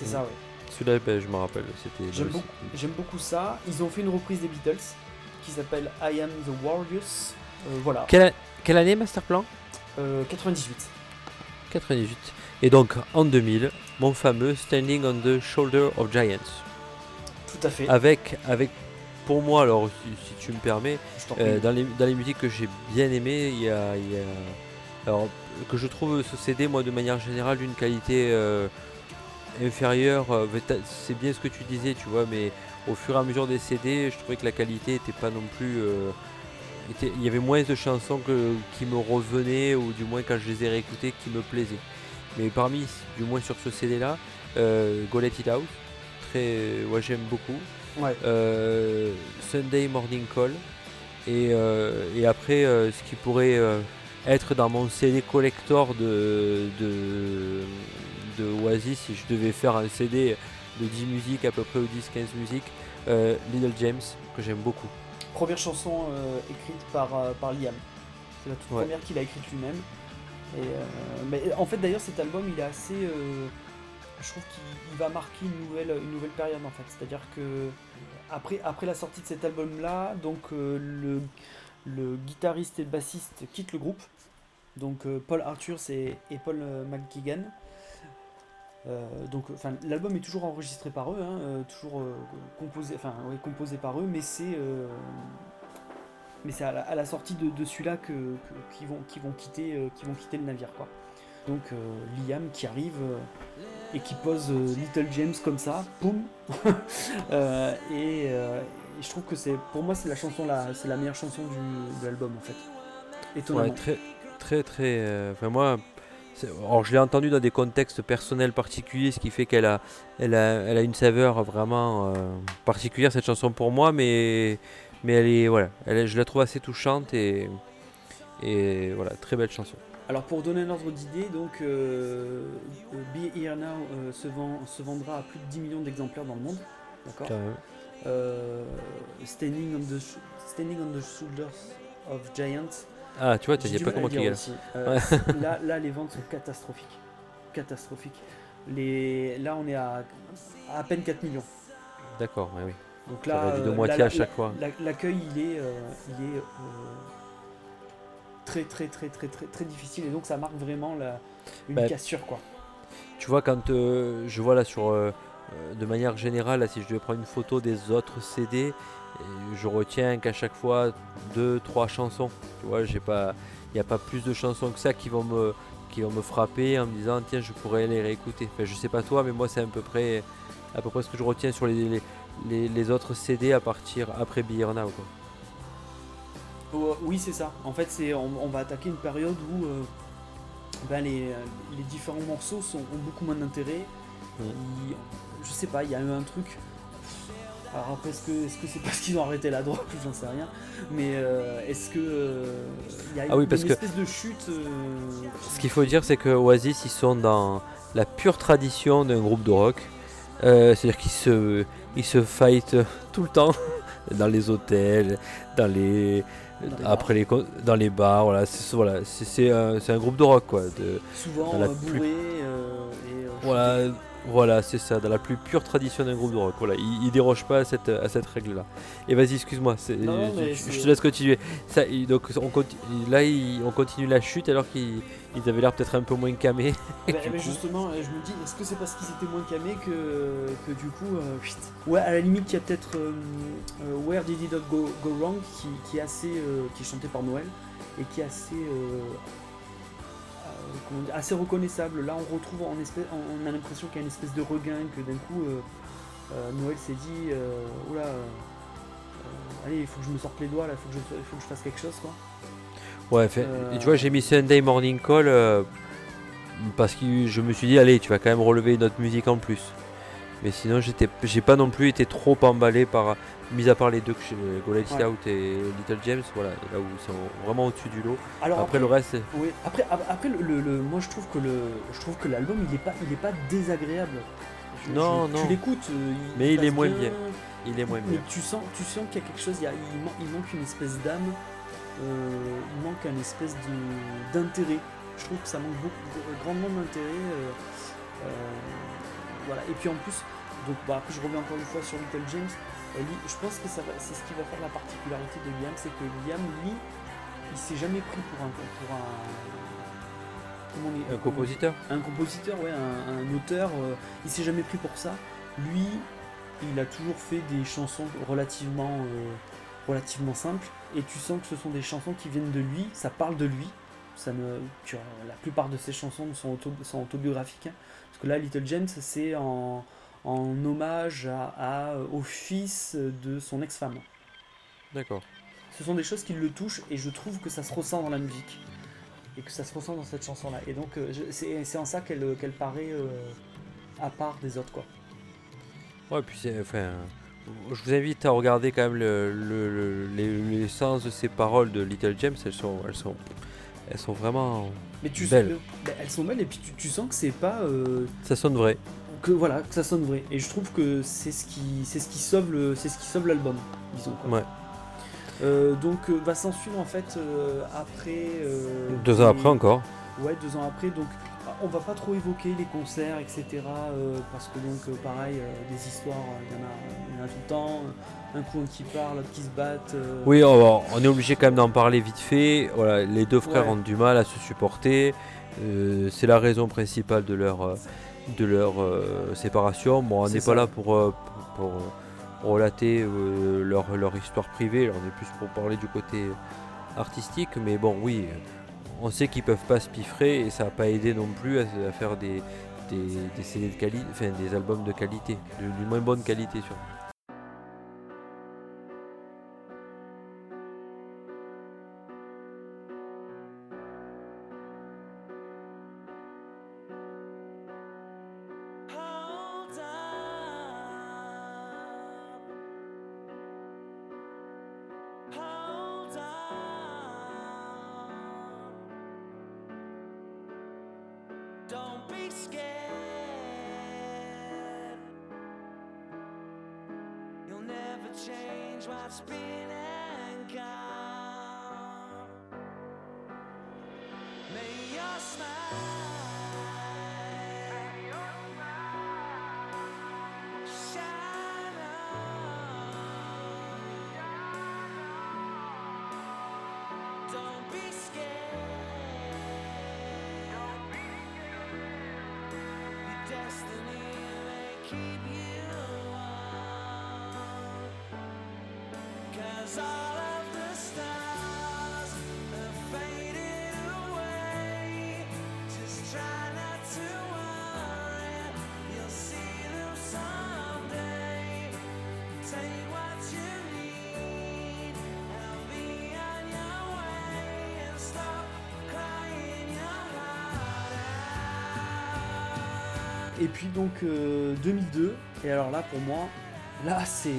C'est ça, ouais. Celui-là, ben, je me rappelle, c'était... J'aime là beaucoup, aussi. j'aime beaucoup ça. Ils ont fait une reprise des Beatles qui s'appelle I Am the Warriors. Euh, voilà, Quelle, quelle année, Masterplan? euh, quatre-vingt-dix-huit. quatre-vingt-dix-huit. Et donc, en deux mille, mon fameux Standing on the Shoulder of Giants. Tout à fait. Avec, avec pour moi, alors, si, si tu me permets, Je t'en prie. euh, dans, les, dans les musiques que j'ai bien aimées, il y a, il y a- alors, que je trouve ce C D, moi, de manière générale, d'une qualité euh, inférieure. euh, t'as- c'est bien ce que tu disais, tu vois, mais au fur et à mesure des C D, je trouvais que la qualité était pas non plus... euh, était- il y avait moins de chansons que, qui me revenaient, ou du moins quand je les ai réécoutées, qui me plaisaient. Mais parmi, du moins sur ce C D là, euh, Go Let It Out, très, ouais, j'aime beaucoup. Ouais. Euh, Sunday Morning Call, et, euh, et après euh, ce qui pourrait euh, être dans mon C D collector de, de, de Oasis, si je devais faire un C D de dix musiques à peu près, ou dix quinze musiques, euh, Little James, que j'aime beaucoup. Première chanson euh, écrite par, euh, par Liam. C'est la toute Ouais. première qu'il a écrite lui-même. Et, euh, mais en fait, d'ailleurs, cet album, il est assez. euh, je trouve qu'il il va marquer une nouvelle, une nouvelle période en fait. C'est-à-dire que après, après la sortie de cet album-là, donc euh, le, le guitariste et le bassiste quittent le groupe. Donc euh, Paul Arthur et, et Paul euh, McGuigan. Euh, donc, enfin, l'album est toujours enregistré par eux, hein, euh, toujours euh, composé, enfin, ouais, composé par eux, mais c'est, euh, mais c'est à la, à la sortie de, de celui-là que, que- qu'ils vont, qu'ils vont quitter, euh, qu'ils vont quitter le navire, quoi. Donc euh, Liam qui arrive euh, et qui pose euh, Little James comme ça, boum. Euh, et, euh, et je trouve que c'est, pour moi, c'est la chanson, la, c'est la meilleure chanson du, de l'album en fait. Étonnamment. Ouais, très, très, très. euh, Enfin, moi, c'est- alors je l'ai entendu dans des contextes personnels particuliers, ce qui fait qu'elle a, elle a, elle a une saveur vraiment euh, particulière, cette chanson pour moi, mais, mais elle est, voilà, elle est- je la trouve assez touchante, et, et voilà, très belle chanson. Alors pour donner un ordre d'idée, donc euh, euh, Be Here Now euh, se, vend, se vendra à plus de dix millions d'exemplaires dans le monde, d'accord. Carrément. Euh, Standing, on the sh- Standing on the Shoulders of Giants. Ah, tu vois, il J'ai n'y a du pas mal à comment le dire qu'il aussi. Euh, Ouais. c'est- là, là, les ventes sont catastrophiques, catastrophiques. Les, là, on est à à, à peine quatre millions. D'accord, ouais, oui. Donc Ça là, réduit de euh, moitié là, à la- chaque la- fois. la- l'accueil, il est, euh, il est euh, très, très, très, très, très, très difficile, et donc ça marque vraiment la, une Bah, cassure, quoi. Tu vois, quand euh, je vois là sur, euh, euh, de manière générale, là, si je devais prendre une photo des autres C D, et je retiens qu'à chaque fois deux, trois chansons. Tu vois, j'ai pas, il n'y a pas plus de chansons que ça qui vont me, qui vont me frapper en me disant tiens, je pourrais les réécouter. Enfin, je sais pas toi, mais moi c'est à peu près, à peu près ce que je retiens sur les, les, les- les autres C D à partir après Be Here Now, quoi. Oh, oui, c'est ça. En fait, c'est, on, on va attaquer une période où euh, ben, les, les différents morceaux sont, ont beaucoup moins d'intérêt. Mm. Il- Je sais pas, il y a eu un truc. Alors après, est-ce que est-ce que c'est parce qu'ils ont arrêté la drogue? J'en sais rien. Mais euh, est-ce que euh, il y a Ah oui, une, parce une que- espèce de chute euh, Ce qu'il faut dire, c'est que Oasis, ils sont dans la pure tradition d'un groupe de rock. Euh, C'est-à-dire qu'ils se, ils se fight tout le temps dans les hôtels, dans les, Dans les après les, con- dans les bars. Voilà, c'est voilà, c'est c'est un, c'est un groupe de rock, quoi. De, souvent dans la euh, plus- bourré euh, et euh, voilà, voilà, c'est ça, dans la plus pure tradition d'un groupe de rock. Voilà, ils, ils dérogent pas à cette, à cette règle-là. Et vas-y, excuse-moi, c'est- Non, non, mais je, je c'est- te laisse continuer. Ça, il- donc on conti- là, il- on continue la chute alors qu'ils ils avaient l'air peut-être un peu moins camés. Bah, Du mais coup- justement, euh, je me dis, est-ce que c'est parce qu'ils étaient moins camés que, que du coup, euh, pfft. Ouais, à la limite, il y a peut-être euh, euh, Where Did It All Go, Go Wrong qui, qui est assez, euh, qui est chanté par Noël et qui est assez, euh, euh, comment dire, assez reconnaissable. Là, on retrouve, en espèce, on a l'impression qu'il y a une espèce de regain, que d'un coup, euh, euh, Noël s'est dit, euh, oula, euh, euh, allez, il faut que je me sorte les doigts là, il faut que je, il faut que je fasse quelque chose, quoi. Ouais, fait- Euh, et tu vois, j'ai mis Sunday Morning Call euh, parce que je me suis dit, allez, tu vas quand même relever une autre musique en plus. Mais sinon, j'étais, j'ai pas non plus été trop emballé par, mis à part les deux que j'ai, Go Let It Ouais. Out et Little James, voilà, là où ils sont vraiment au-dessus du lot. Alors Après, le reste, c'est- Oui, après, ap- après le, le- le- moi je trouve que le, je trouve que l'album il est pas, il est pas désagréable. Je- Non, je- non. Tu l'écoutes, euh, Mais il est passe moins bien. il est moins Mais bien. tu sens, tu sens qu'il y a quelque chose, il, y a- il, man- il manque une espèce d'âme, euh, il manque une espèce de d'intérêt. Je trouve que ça manque beaucoup, grandement d'intérêt. euh, euh, voilà. Et puis en plus, donc bah, après je reviens encore une fois sur Little James. Euh, Li- je pense que ça va- c'est ce qui va faire la particularité de Liam, c'est que Liam, lui, il s'est jamais pris pour un pour un comment on dit- Un compositeur. un compositeur, ouais, un, un auteur. euh, il s'est jamais pris pour ça. Lui, il a toujours fait des chansons relativement euh, relativement simples. Et tu sens que ce sont des chansons qui viennent de lui. Ça parle de lui. Ça ne, tu vois, la plupart de ses chansons sont, auto, sont autobiographiques. hein. Parce que là, Little James, c'est en, en hommage à, à- au fils de son ex-femme. D'accord. Ce sont des choses qui le touchent et je trouve que ça se ressent dans la musique. Et que ça se ressent dans cette chanson-là. Et donc, euh, je- c'est c'est en ça qu'elle qu'elle paraît euh, à part des autres, quoi. Ouais, puis c'est, enfin, je vous invite à regarder quand même le, le- le- les, les sens de ces paroles de Little James. Elles sont, elles sont, elles sont vraiment Mais tu belles. sens, ben, elles sont belles et puis tu, tu sens que c'est pas euh, Ça sonne vrai. que voilà que ça sonne vrai. Et je trouve que c'est ce qui c'est ce qui sauve le c'est ce qui sauve l'album, disons. Quoi. Ouais. Euh, donc euh, va s'en suivre en fait euh, après. euh, Deux ans des- après encore. Ouais, deux ans après. Donc on va pas trop évoquer les concerts, et cetera. euh, parce que donc euh, pareil, euh, des histoires, il y en a, il y en a tout le temps. Un coup qui parle, l'autre qui se battent. euh, Oui, on, va- on est obligé quand même d'en parler vite fait. Voilà, les deux frères Ouais. ont du mal à se supporter. Euh, c'est la raison principale de leur, euh, de leur euh, séparation. Bon, on C'est n'est ça. pas là pour, euh, pour, pour relater euh, leur, leur histoire privée. On est plus pour parler du côté artistique. Mais bon, oui, on sait qu'ils peuvent pas se piffrer et ça n'a pas aidé non plus à, à faire des, des, des C D de qualité, enfin des albums de qualité, d'une d'une moins bonne qualité surtout. Hold up. Hold up. Don't be scared. You'll never change what's been and gone. May your smile shine on. Don't be scared. Your destiny may keep you on. 'Cause all of the stars have faded away. Just try not to worry. You'll see them someday. Take what you need and be on your way. And stop crying your heart out. Et puis donc euh, deux mille deux. Et alors là pour moi, là c'est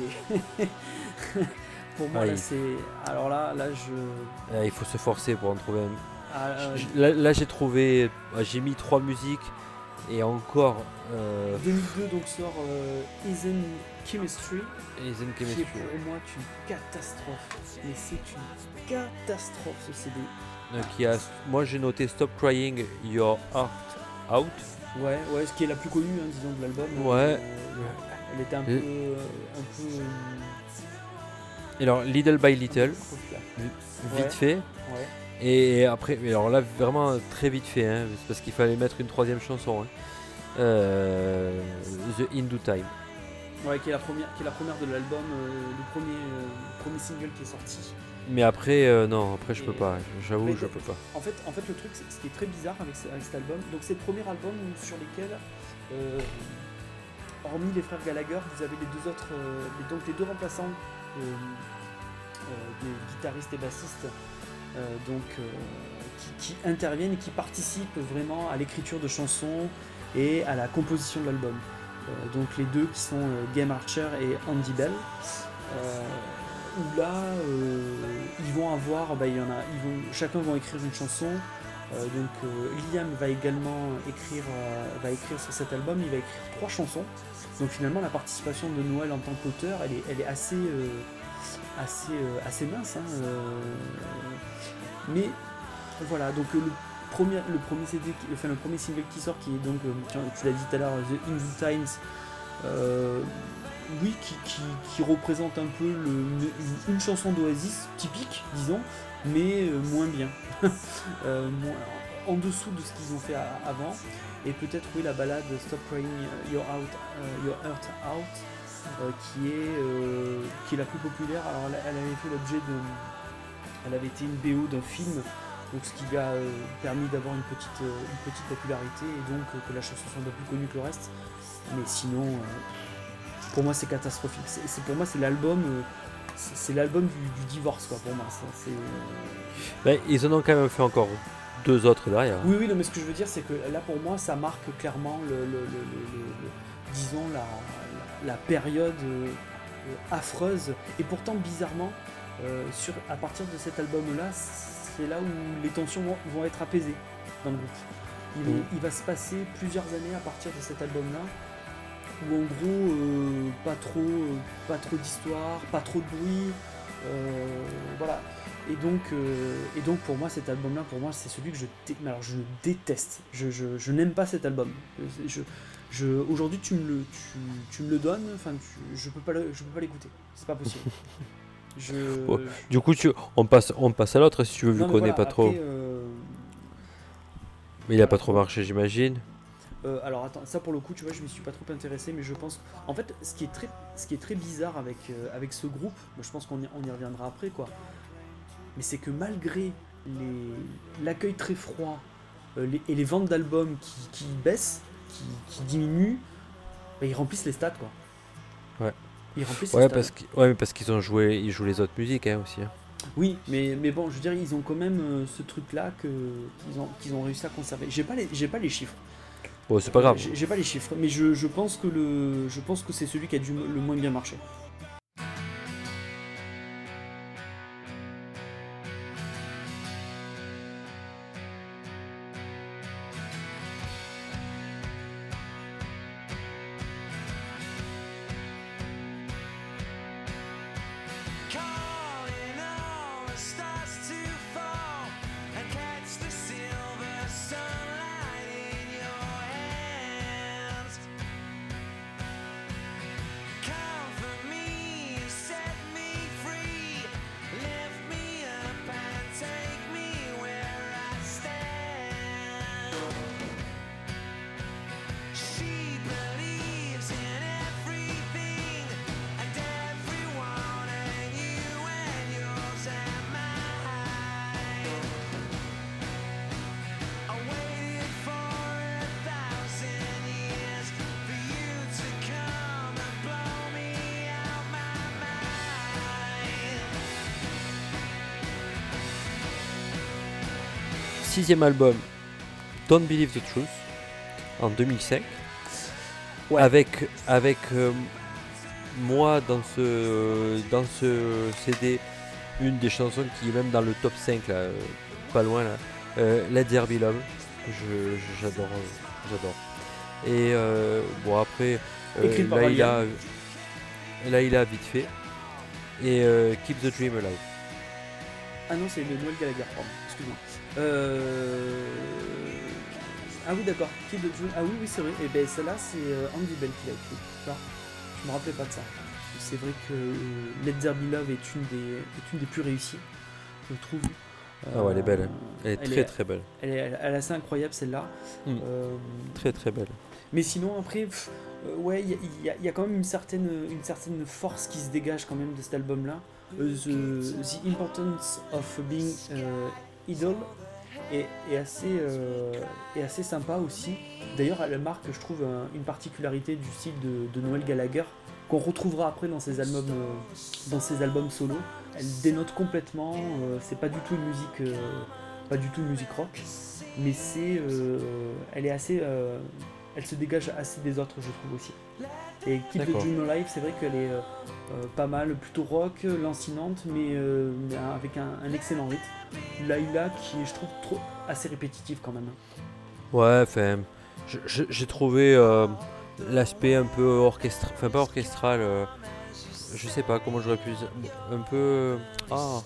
pour moi Ah, là il- c'est alors là là je Euh, il faut se forcer pour en trouver un. ah, euh, J- Là, là, j'ai trouvé, euh, j'ai mis trois musiques et encore euh, deux mille deux donc sort euh, Isn't Chemistry Isn't qui est Chemistry. pour moi une catastrophe. Mais c'est une catastrophe ce C D. Euh, qui a, moi j'ai noté Stop Crying Your Heart Out. Ouais, ouais, ce qui est la plus connue, hein, disons, de l'album. Ouais. Euh, elle était un peu, Et- euh, un peu euh, Et alors Little by Little, populaire. vite Ouais. fait. Ouais. Et après, mais alors là vraiment très vite fait, hein, c'est parce qu'il fallait mettre une troisième chanson. hein. Euh, The Hindu Time. Ouais, qui est la première, qui est la première de l'album, euh, le premier, euh, premier single qui est sorti. Mais après, euh, non, après je Et- peux pas, j'avoue, Mais- je peux pas. En fait, en fait, le truc, c'est ce qui est très bizarre avec, ce- avec cet album. Donc, c'est le premier album sur lequel, euh, hormis les frères Gallagher, vous avez les deux autres, euh, les- donc les deux remplaçants euh, euh, des guitaristes et bassistes, euh, donc euh, qui, qui interviennent et qui participent vraiment à l'écriture de chansons et à la composition de l'album. Euh, donc les deux qui sont euh, Game Archer et Andy Bell. Euh, où là, euh, ils vont avoir, bah, il y en a, ils vont, chacun vont écrire une chanson. Euh, donc euh, Liam va également écrire, euh, va écrire sur cet album. Il va écrire trois chansons. Donc finalement, la participation de Noël en tant qu'auteur, elle est, elle est assez, euh, assez, euh, assez mince. hein, euh, mais voilà, donc euh, le- premier, le premier C D, qui- enfin le premier single qui sort, qui est donc, euh, tu, tu l'as dit tout à l'heure, The In the Times, euh, oui, qui, qui, qui représente un peu le, une, une chanson d'Oasis typique, disons, mais euh, moins bien, euh, moins, en dessous de ce qu'ils ont fait à- avant. Et peut-être oui la balade Stop Crying Your, Out, euh, Your Heart Out, euh, qui, est, euh, qui est la plus populaire. Alors elle, elle avait fait l'objet de... Elle avait été une B O d'un film, donc ce qui lui a euh, permis d'avoir une petite, euh, une petite popularité et donc euh, que la chanson soit un peu plus connue que le reste. Mais sinon, euh, pour moi c'est catastrophique. C'est, c'est- pour moi c'est l'album, euh, c'est, c'est l'album du, du divorce quoi. Pour moi, ça, c'est. euh, Ben, ils en ont quand même fait encore deux autres derrière. Oui, oui, non, mais ce que je veux dire, c'est que là, pour moi, ça marque clairement, le, le- le- le- le- le- disons, la, la- la période euh, euh, affreuse. Et pourtant, bizarrement, euh, sur, à partir de cet album-là, c'est là où les tensions vont, vont être apaisées dans le groupe. Il, Mhm. il va se passer plusieurs années à partir de cet album-là, où en gros, euh, pas trop, euh, pas trop d'histoire, pas trop de bruit, euh, voilà. Et donc, euh, et donc pour moi cet album-là, pour moi c'est celui que je, dé- mais alors je déteste. Je, je, je n'aime pas cet album. Je, je, aujourd'hui tu me le, tu, tu me le donnes, enfin tu- je peux pas, le- je peux pas l'écouter. C'est pas possible. Je, Ouais. je- Du coup, tu, on, passe, on passe à l'autre si tu veux, vu non, mais qu'on voilà, n'est pas après, trop. euh, Mais il a voilà, pas trop bon. marché, j'imagine. Euh, alors attends, ça pour le coup, tu vois, je m'y suis pas trop intéressé, mais je pense. En fait, ce qui est très, ce qui est très bizarre avec, euh, avec ce groupe, je pense qu'on y, on y reviendra après, quoi. Mais c'est que malgré les, l'accueil très froid euh, les- et les ventes d'albums qui, qui baissent, qui, qui diminuent, bah, ils remplissent les stats, quoi. Ouais. Ils remplissent Ouais, les stats. parce que, ouais, mais parce qu'ils ont joué, ils jouent les autres musiques hein, aussi. hein. Oui, mais, mais bon, je veux dire, ils ont quand même euh, ce truc-là que, qu'ils, ont, qu'ils ont réussi à conserver. J'ai pas les, j'ai pas les chiffres. Bon, c'est pas grave. J'ai, j'ai pas les chiffres, mais je, je pense que le, je pense que c'est celui qui a dû le moins bien marcher. Calling all the stars to fall and catch the silver sunlight in your hands. Come for me, set me free, lift me up and take me where I stand. She believes in everything and everyone, and you and yours and mine. I waited for a thousand years for you to come and blow me out my mind. Sixième album, Don't Believe the Truth, en deux mille cinq. Ouais. Avec, avec euh, moi dans ce, dans ce C D, une des chansons qui est même dans le top cinq, là, euh, pas loin, là, euh, Let There Be Love. Je, je- j'adore, euh, j'adore. Et euh, bon, après, euh, Écrite par là, il a, Valiant. là, il a vite fait. Et euh, Keep the Dream Alive. Ah non, c'est le Noël Gallagher, pardon, excuse-moi. Euh... Ah oui, d'accord. Kid the Dream- Ah oui, oui, c'est vrai. Et ben celle-là, c'est euh, Andy Bell qui l'a écrit. Tu vois, je me rappelais pas de ça. C'est vrai que euh, Let There Be Love est une des, est une des plus réussies, je trouve. Ah ouais, elle est belle, hein. Euh, Elle est elle très est- très belle. Elle est, elle est assez incroyable celle-là. Mm. Euh, Très très belle. Mais sinon, après, pff, euh, ouais, il y, a- il y a- il y a quand même une certaine, une certaine force qui se dégage quand même de cet album-là. Euh, the, the Importance of Being euh, Idol est, est assez, euh, est assez sympa aussi. D'ailleurs, elle marque, je trouve, un- une particularité du style de, de Noël Gallagher qu'on retrouvera après dans ses albums, euh, dans ses albums solo. Elle dénote complètement. euh, c'est pas du tout une musique, euh, pas du tout une musique rock, mais c'est, euh, elle est assez, euh, elle se dégage assez des autres, je trouve aussi. Et Keep the D'accord. Dream Alive, c'est vrai qu'elle est euh, euh, pas mal, plutôt rock, lancinante, mais, euh, mais avec un, un excellent rythme. Laila qui est, je trouve, trop, assez répétitive quand même. Ouais, enfin, je- je- j'ai trouvé euh, l'aspect un peu orchestral, enfin pas orchestral, euh, je sais pas comment j'aurais pu dire, un peu, ah,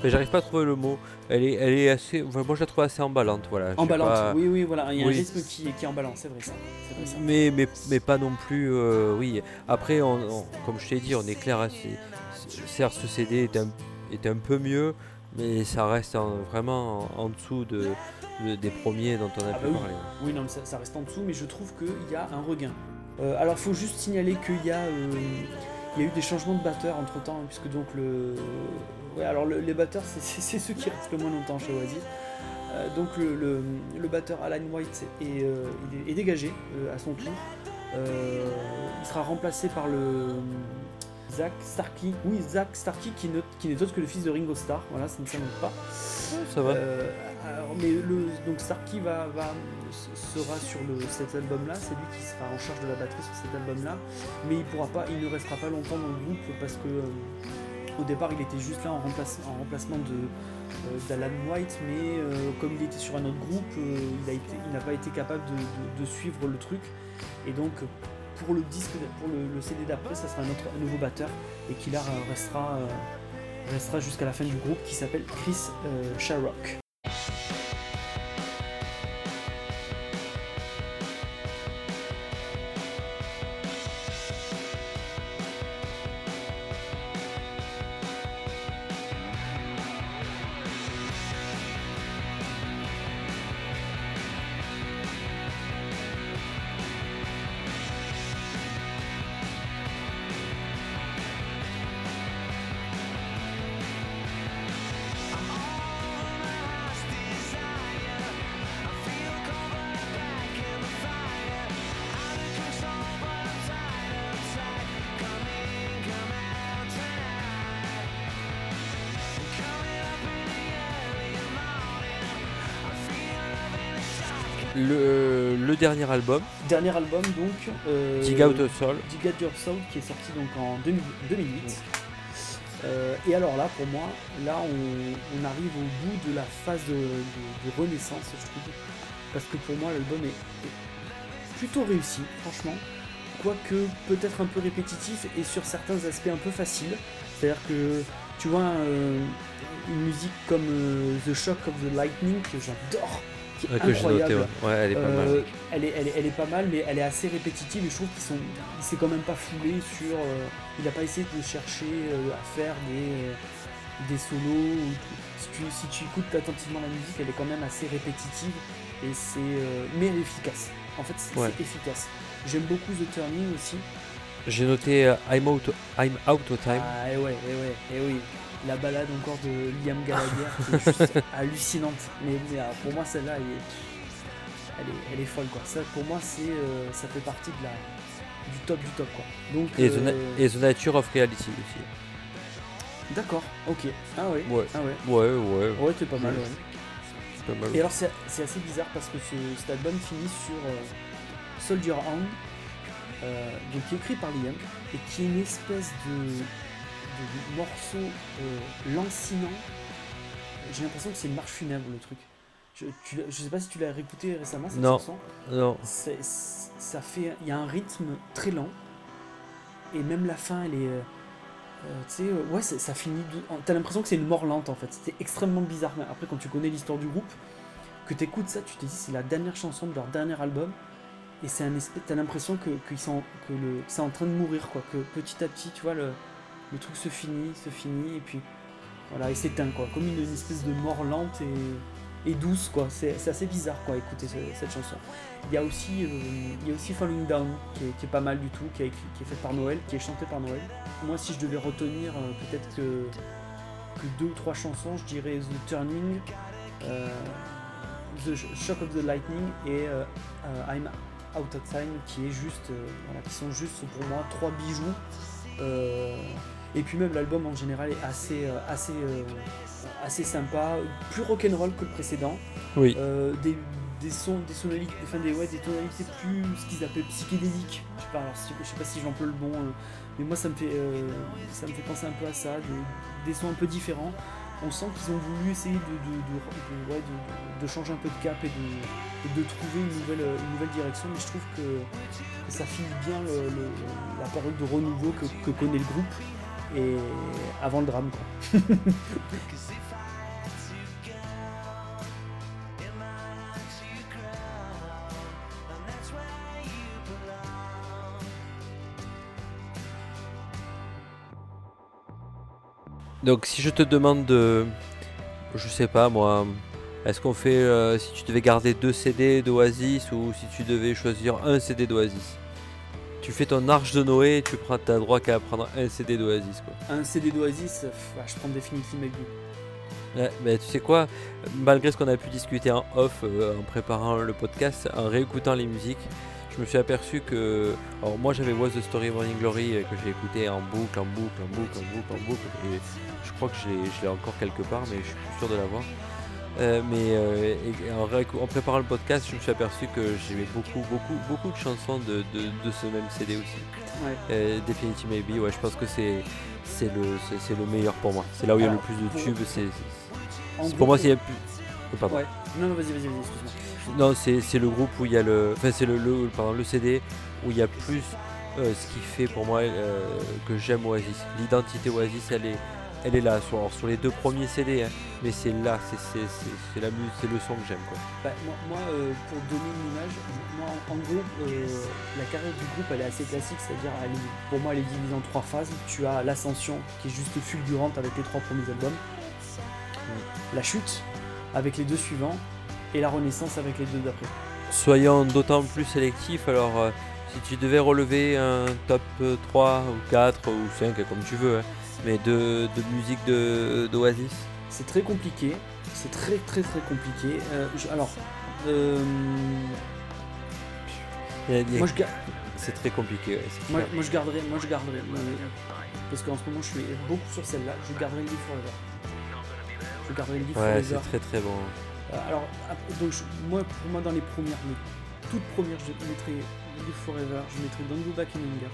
Enfin, j'arrive pas à trouver le mot. Elle est, elle est assez. Enfin, moi, je la trouve assez emballante, voilà. Je sais Emballante, pas- oui, oui, voilà. Il y a oui. un rythme qui, qui est emballant, c'est vrai ça. C'est vrai ça. Mais, mais, mais pas non plus. euh, oui. Après, on, on- comme je t'ai dit, on est clair. hein, c'est- c'est- certes, ce C D est un, est un peu mieux, mais ça reste en- vraiment en, en dessous de, de- des premiers dont on a Ah pu bah oui. parler. Oui, non, mais ça, ça reste en dessous, mais je trouve qu'il y a un regain. Euh, alors, faut juste signaler qu'il y a, euh, il y a eu des changements de batteurs entre temps, puisque donc le, ouais, alors le- les batteurs, c'est, c'est- c'est ceux qui restent le moins longtemps chez Oasis. Euh, donc le, le- le batteur Alan White est, euh, il est, est dégagé euh, à son tour. Euh, il sera remplacé par le Zach Starkey. Oui, Zach Starkey qui, ne- qui n'est autre que le fils de Ringo Starr. Voilà, ça ne s'invente pas. Ça va. Euh, alors, mais le, donc Starkey va, va, sera sur le, cet album-là, c'est lui qui sera en charge de la batterie sur cet album-là, mais il pourra pas, il ne restera pas longtemps dans le groupe parce que euh, au départ il était juste là en, remplace, en remplacement de euh, d'Alan White, mais euh, comme il était sur un autre groupe, euh, il a été, il n'a pas été capable de, de, de suivre le truc, et donc pour le disque, pour le, le C D d'après, ça sera un, autre, un nouveau batteur et qui là restera euh, restera jusqu'à la fin du groupe, qui s'appelle Chris euh, Sharrock. Le, le dernier album, Dernier album donc, euh, Dig Out a Soul. Dig Out Your Soul, qui est sorti donc en deux mille deux mille huit. Euh, et alors là, pour moi, là on, on arrive au bout de la phase de, de- de renaissance, je trouve. Parce que pour moi, l'album est, est plutôt réussi, franchement. Quoique peut-être un peu répétitif et sur certains aspects un peu facile. C'est-à-dire que tu vois euh, une musique comme euh, The Shock of the Lightning, que j'adore, qui est Ouais, que j'ai incroyable. noté, ouais. Ouais, elle est pas mal. Euh, elle, est, elle, est, elle est pas mal, mais elle est assez répétitive et je trouve qu'il sont, il s'est quand même pas foulé sur. euh, il a pas essayé de chercher euh, à faire des, euh, des solos. ou tout. Si tu, si tu écoutes attentivement la musique, elle est quand même assez répétitive et c'est, euh, mais elle est efficace. En fait, c'est Ouais. c'est efficace. J'aime beaucoup The Turning aussi. J'ai noté euh, I'm, out, I'm Out of Time. Ah, et ouais, et ouais, et oui. La balade encore de Liam Gallagher qui est juste hallucinante. Mais, mais, alors, pour moi, celle-là, elle est, elle est, elle est folle, quoi. Ça, pour moi, c'est, euh, ça fait partie de la, du top du top, quoi. Donc, Et, the, euh, Na- et The Nature of Reality aussi. d'accord, ok. Ah ouais, Ouais. ah ouais. Ouais, ouais. Ouais, c'est pas mal, Ouais. ouais. C'est pas mal. Et alors, c'est, c'est assez bizarre parce que ce, cet album finit sur euh, Soldier On, euh, donc qui est écrit par Liam et qui est une espèce de, de morceau euh, lancinant. J'ai l'impression que c'est une marche funèbre, le truc. Je, tu l'as- je sais pas si tu l'as réécouté récemment cette Non. chanson. Non. C'est, c'est- ça fait, il y a un rythme très lent et même la fin, elle est, euh, euh, tu sais, euh, ouais, c'est- ça finit. dou- T'as l'impression que c'est une mort lente en fait. C'était extrêmement bizarre. Mais après, quand tu connais l'histoire du groupe, que t'écoutes ça, tu te dis c'est la dernière chanson de leur dernier album et c'est un espèce, t'as l'impression que qu'ils sont, que le, c'est en train de mourir quoi. Que petit à petit, tu vois, le, le truc se finit, se finit et puis voilà, et s'éteint quoi, comme une, une espèce de mort lente et, et douce quoi. C'est, c'est assez bizarre quoi, écouter ce- cette chanson. Il y a aussi, euh, il y a aussi Falling Down qui est, qui est pas mal du tout, qui est, qui est fait par Noël, qui est chanté par Noël. Moi, si je devais retenir euh, peut-être que, que deux ou trois chansons, je dirais The Turning, euh, The Shock of the Lightning et euh, euh, I'm Out of Time, qui est juste, euh, voilà, qui sont juste pour moi trois bijoux. Euh, et puis même l'album en général est assez, euh, assez, euh, assez sympa, plus rock'n'roll que le précédent. Oui. Euh, des, des sons, des sonorités, enfin des, ouais, des tonalités plus, ce qu'ils appellent psychédéliques. Je sais pas, alors, si- je sais pas si j'emploie le bon, euh, mais moi ça me fait, euh, ça me fait penser un peu à ça, des, des sons un peu différents. On sent qu'ils ont voulu essayer de, de, de, de- ouais, de- de- de changer un peu de cap et de, et de trouver une nouvelle, une nouvelle direction. Mais je trouve que, que ça file bien le- le- la période de renouveau que, que connaît le groupe et avant le drame, quoi. Donc si je te demande de, je sais pas moi, est-ce qu'on fait, euh, si tu devais garder deux C D d'Oasis ou si tu devais choisir un C D d'Oasis, tu fais ton arche de Noé, tu prends, t'as droit qu'à prendre un C D d'Oasis quoi. Un C D d'Oasis, pff, bah, je prends Definitely Maybe. Ouais, mais tu sais quoi, malgré ce qu'on a pu discuter en off euh, en préparant le podcast, en réécoutant les musiques, je me suis aperçu que, alors moi j'avais What's the Story Morning Glory euh, que j'ai écouté en boucle, en boucle, en boucle, en boucle, en boucle, et je crois que je l'ai, je l'ai encore quelque part, mais je suis plus sûr de l'avoir. Euh, mais euh, et en, réécou- en préparant le podcast, je me suis aperçu que j'aimais beaucoup, beaucoup, beaucoup de chansons de, de, de ce même C D aussi. Ouais. Euh, Definitely Maybe, ouais, je pense que c'est, c'est, le, c'est, c'est le meilleur pour moi. C'est là où il y a le Alors, plus de pour- tubes. C'est, c'est- En c'est- gros, pour moi, s'il y a plus. oh, pardon. Ouais. Non, non, vas-y, vas-y, vas-y, excuse-moi. Non, c'est, c'est le groupe où il y a le. Enfin, c'est le, le, pardon, le C D où il y a plus euh, ce qui fait pour moi euh, que j'aime Oasis. L'identité Oasis, elle est, elle est là. Sur, alors, sur les deux premiers C D, hein, mais c'est là, c'est, c'est, c'est, c'est, la mu- c'est le son que j'aime. Quoi. Bah, moi, moi, euh, pour donner une image, moi, en, en gros, euh, la carrière du groupe, elle est assez classique, c'est-à-dire, elle est- pour moi, elle est divisée en trois phases. Tu as l'ascension, qui est juste fulgurante avec les trois premiers albums, la chute, avec les deux suivants, et la renaissance avec les deux d'après. Soyons d'autant plus sélectifs, alors euh, si tu devais relever un top euh, trois ou quatre ou cinq comme tu veux, hein, mais de, de musique de, d'Oasis. C'est très compliqué, c'est très très très compliqué. Euh, je- alors, euh, Il y a- il y a- moi, je ga- C'est très compliqué. Ouais, c'est moi, clair. moi je garderai, moi je garderai, euh, parce qu'en ce moment je suis beaucoup sur celle-là, je garderai Live Forever. Je garderai Live Ouais, Forever. c'est très très bon. Euh, alors, ap- donc je- moi, pour moi, dans les premières, les toutes premières, je mettrai Live Forever, je mettrai Don't Go Back in Anger,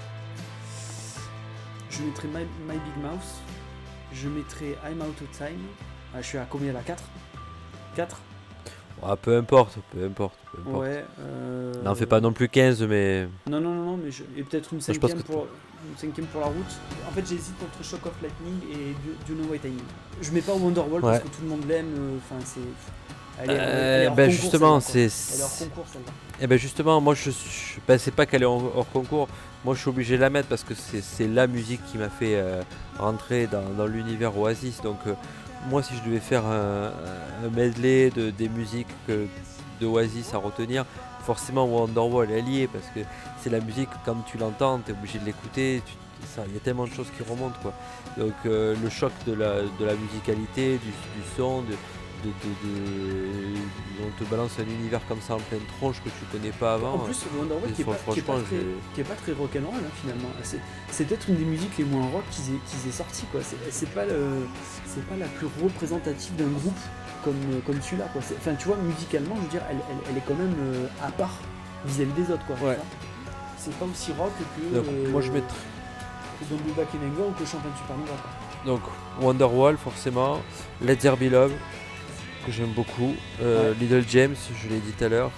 je mettrai My, My Big Mouth, je mettrai I'm Out of Time. Ah, je suis à combien là? quatre quatre Ah, peu importe, peu importe. Peu importe. Ouais. Euh... N'en fais pas non plus quinze, mais Non, non, non, non, mais je... et peut-être une je pense cinquième, que pour... une cinquième pour la route. En fait, j'hésite entre Shock of Lightning et Do, Do You Know What I Mean. Je mets pas Wonderwall parce Ouais. que tout le monde l'aime. euh, Enfin, c'est. Elle est, elle est Euh, hors ben concours, justement, celle-là, quoi. c'est, Elle est hors concours celle-là. eh ben justement, moi je suis, ben c'est pas qu'elle est en- hors concours, moi je suis obligé de la mettre parce que c'est, c'est la musique qui m'a fait euh, rentrer dans, dans l'univers Oasis. Donc euh, moi si je devais faire un, un medley de, des musiques que, de Oasis à retenir, forcément Wonderwall elle y est parce que c'est la musique, quand tu l'entends, tu es obligé de l'écouter, tu- ça, il y a tellement de choses qui remontent quoi. Donc euh, le choc de la, de la musicalité, du, du son, de, de, de- de- on te balance un univers comme ça en pleine tronche que tu connais pas avant. En plus, Wonderwall et qui est, fran- pas, qui, est pas franchement, très, je- qui est pas très rock'n'roll hein, finalement. C'est, c'est peut-être une des musiques les moins rock qu'ils aient, qu'ils aient sorti quoi. C'est, c'est pas le, c'est pas la plus représentative d'un groupe comme, comme celui-là quoi. C'est- Enfin, tu vois, musicalement, je veux dire, elle, elle, elle est quand même euh, à part vis-à-vis des autres quoi. tu Ouais. vois. C'est pas aussi rock que. Donc, euh, moi je mettrais que Don't Go Back in Anger ou que Champagne Supernova quoi. donc Wonderwall forcément, Let There Be Love que j'aime beaucoup, euh, Ouais. Little James, je l'ai dit tout à l'heure.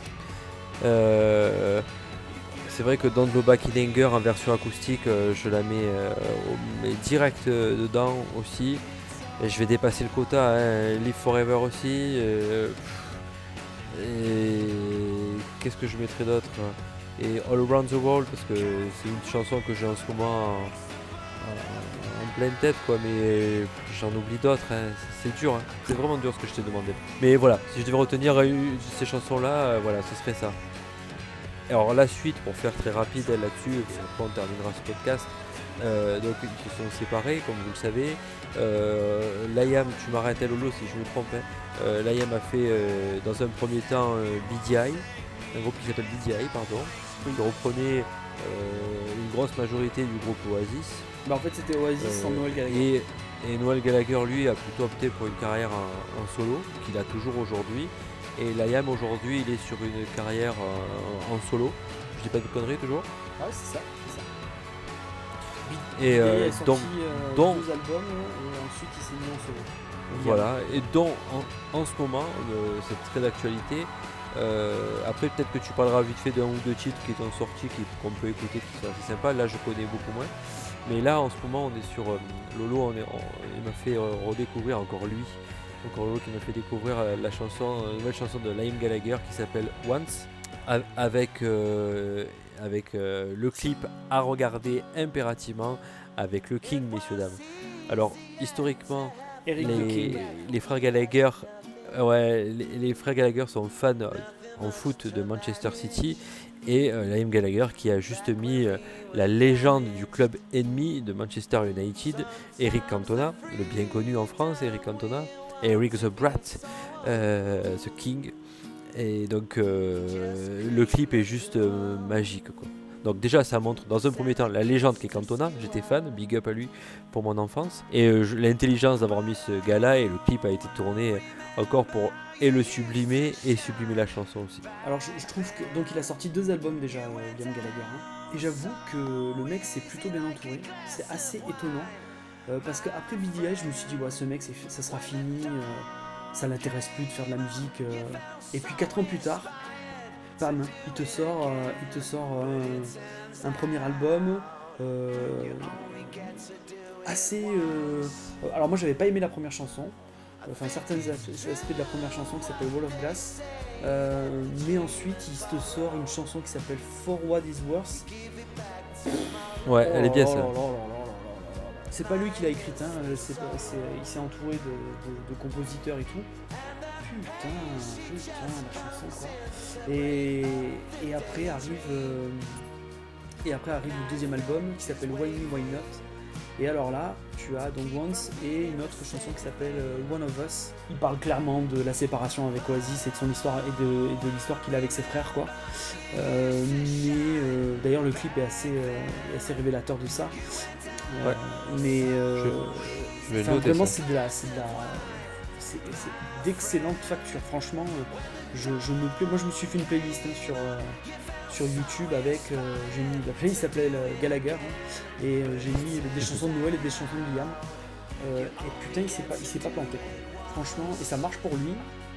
Euh, c'est vrai que Don't Go Back in Anger en version acoustique, euh, je la mets, euh, au- mets direct euh, dedans aussi. Et je vais dépasser le quota, hein, Live Forever aussi. euh, et qu'est-ce que je mettrais d'autre? Et All Around the World parce que c'est une chanson que j'ai en ce moment en, en- en pleine tête quoi, mais j'en oublie d'autres, hein. c'est, c'est dur, hein. C'est vraiment dur ce que je t'ai demandé. Mais voilà, si je devais retenir euh, ces chansons là, voilà, ce serait ça. Alors la suite, pour faire très rapide là-dessus, et après on terminera ce podcast. Euh, donc ils se sont séparés, comme vous le savez. Euh, Liam, tu m'arrêtes Lolo si je me trompe. Hein. Euh, Liam a fait euh, dans un premier temps euh, B D I, un groupe qui s'appelle B D I, pardon, qui reprenait euh, une grosse majorité du groupe Oasis. Bah en fait c'était Oasis Euh, sans Noël Gallagher. Et, et Noel Gallagher, lui, a plutôt opté pour une carrière en, en solo, qu'il a toujours aujourd'hui. Et Liam, aujourd'hui, il est sur une carrière euh, en solo. Je dis pas de conneries, toujours. Ah ouais, c'est ça, c'est ça. Et il euh, a sorti donc, euh, donc- deux albums et ensuite il s'est mis en solo. voilà. Et dont, en, en ce moment, euh, c'est très d'actualité. Euh, après, peut-être que tu parleras vite fait d'un ou deux titres qui sont sortis, qui, qu'on peut écouter, qui sont assez sympas. Là, je connais beaucoup moins. Mais là, en ce moment, on est sur euh, Lolo. On est, on- il m'a fait euh, redécouvrir encore lui. Encore Lolo qui m'a fait découvrir euh, la chanson, euh, nouvelle chanson de Liam Gallagher qui s'appelle Once, a- avec euh, avec euh, le clip à regarder impérativement avec le King, messieurs dames. Alors, historiquement, Eric the les, King. les frères Gallagher, euh, ouais, les, les frères Gallagher sont fans euh, en foot de Manchester City et euh, Liam Gallagher qui a juste mis euh, la légende du club ennemi de Manchester United, Eric Cantona, le bien connu en France, Eric Cantona, et Eric the Brat, euh, The King. Et donc euh, le clip est juste euh, magique quoi. Donc déjà ça montre dans un premier temps la légende qu'est Cantona, j'étais fan, big up à lui pour mon enfance. Et euh, je- l'intelligence d'avoir mis ce gars-là et le clip a été tourné encore pour et le sublimer et sublimer la chanson aussi. Alors je, je trouve que donc il a sorti deux albums déjà, euh, Liam Gallagher. hein. Et j'avoue que le mec s'est plutôt bien entouré. C'est assez étonnant euh, parce qu'après B D I, je me suis dit ouais ce mec c'est fi- ça sera fini, euh, ça l'intéresse plus de faire de la musique. euh. Et puis quatre ans plus tard, bam, il te sort, euh, il te sort un, un premier album. euh, assez. euh, Alors moi j'avais pas aimé la première chanson, enfin certains as- aspects de la première chanson qui s'appelle Wall of Glass. Euh, mais ensuite il te sort une chanson qui s'appelle For What Is Worth. Ouais, Oh elle est là bien là ça. là là là là là là là. C'est pas lui qui l'a écrite, hein. c'est pas- c'est- il s'est entouré de, de- de compositeurs et tout. Putain, putain, la chanson quoi. Et, et après arrive euh, et après arrive le deuxième album qui s'appelle Why Me Why Not. Et alors là, tu as donc Once et une autre chanson qui s'appelle euh, One of Us. Il parle clairement de la séparation avec Oasis et de son histoire et de, et de l'histoire qu'il a avec ses frères quoi. Euh, mais euh, d'ailleurs le clip est assez, euh, assez révélateur de ça. Euh, Ouais. Mais euh, Je vais enfin, noter vraiment ça. c'est de la, c'est de la, c'est, c'est d'excellentes factures. Franchement, euh, je, je me plais. Moi je me suis fait une playlist hein, sur euh, sur YouTube avec, euh, j'ai mis la playlist s'appelait euh, Gallagher hein, et euh, j'ai mis des chansons de Noël et des chansons de Liam. Euh, et putain il s'est pas, il s'est pas planté. quoi. Franchement, et ça marche pour lui.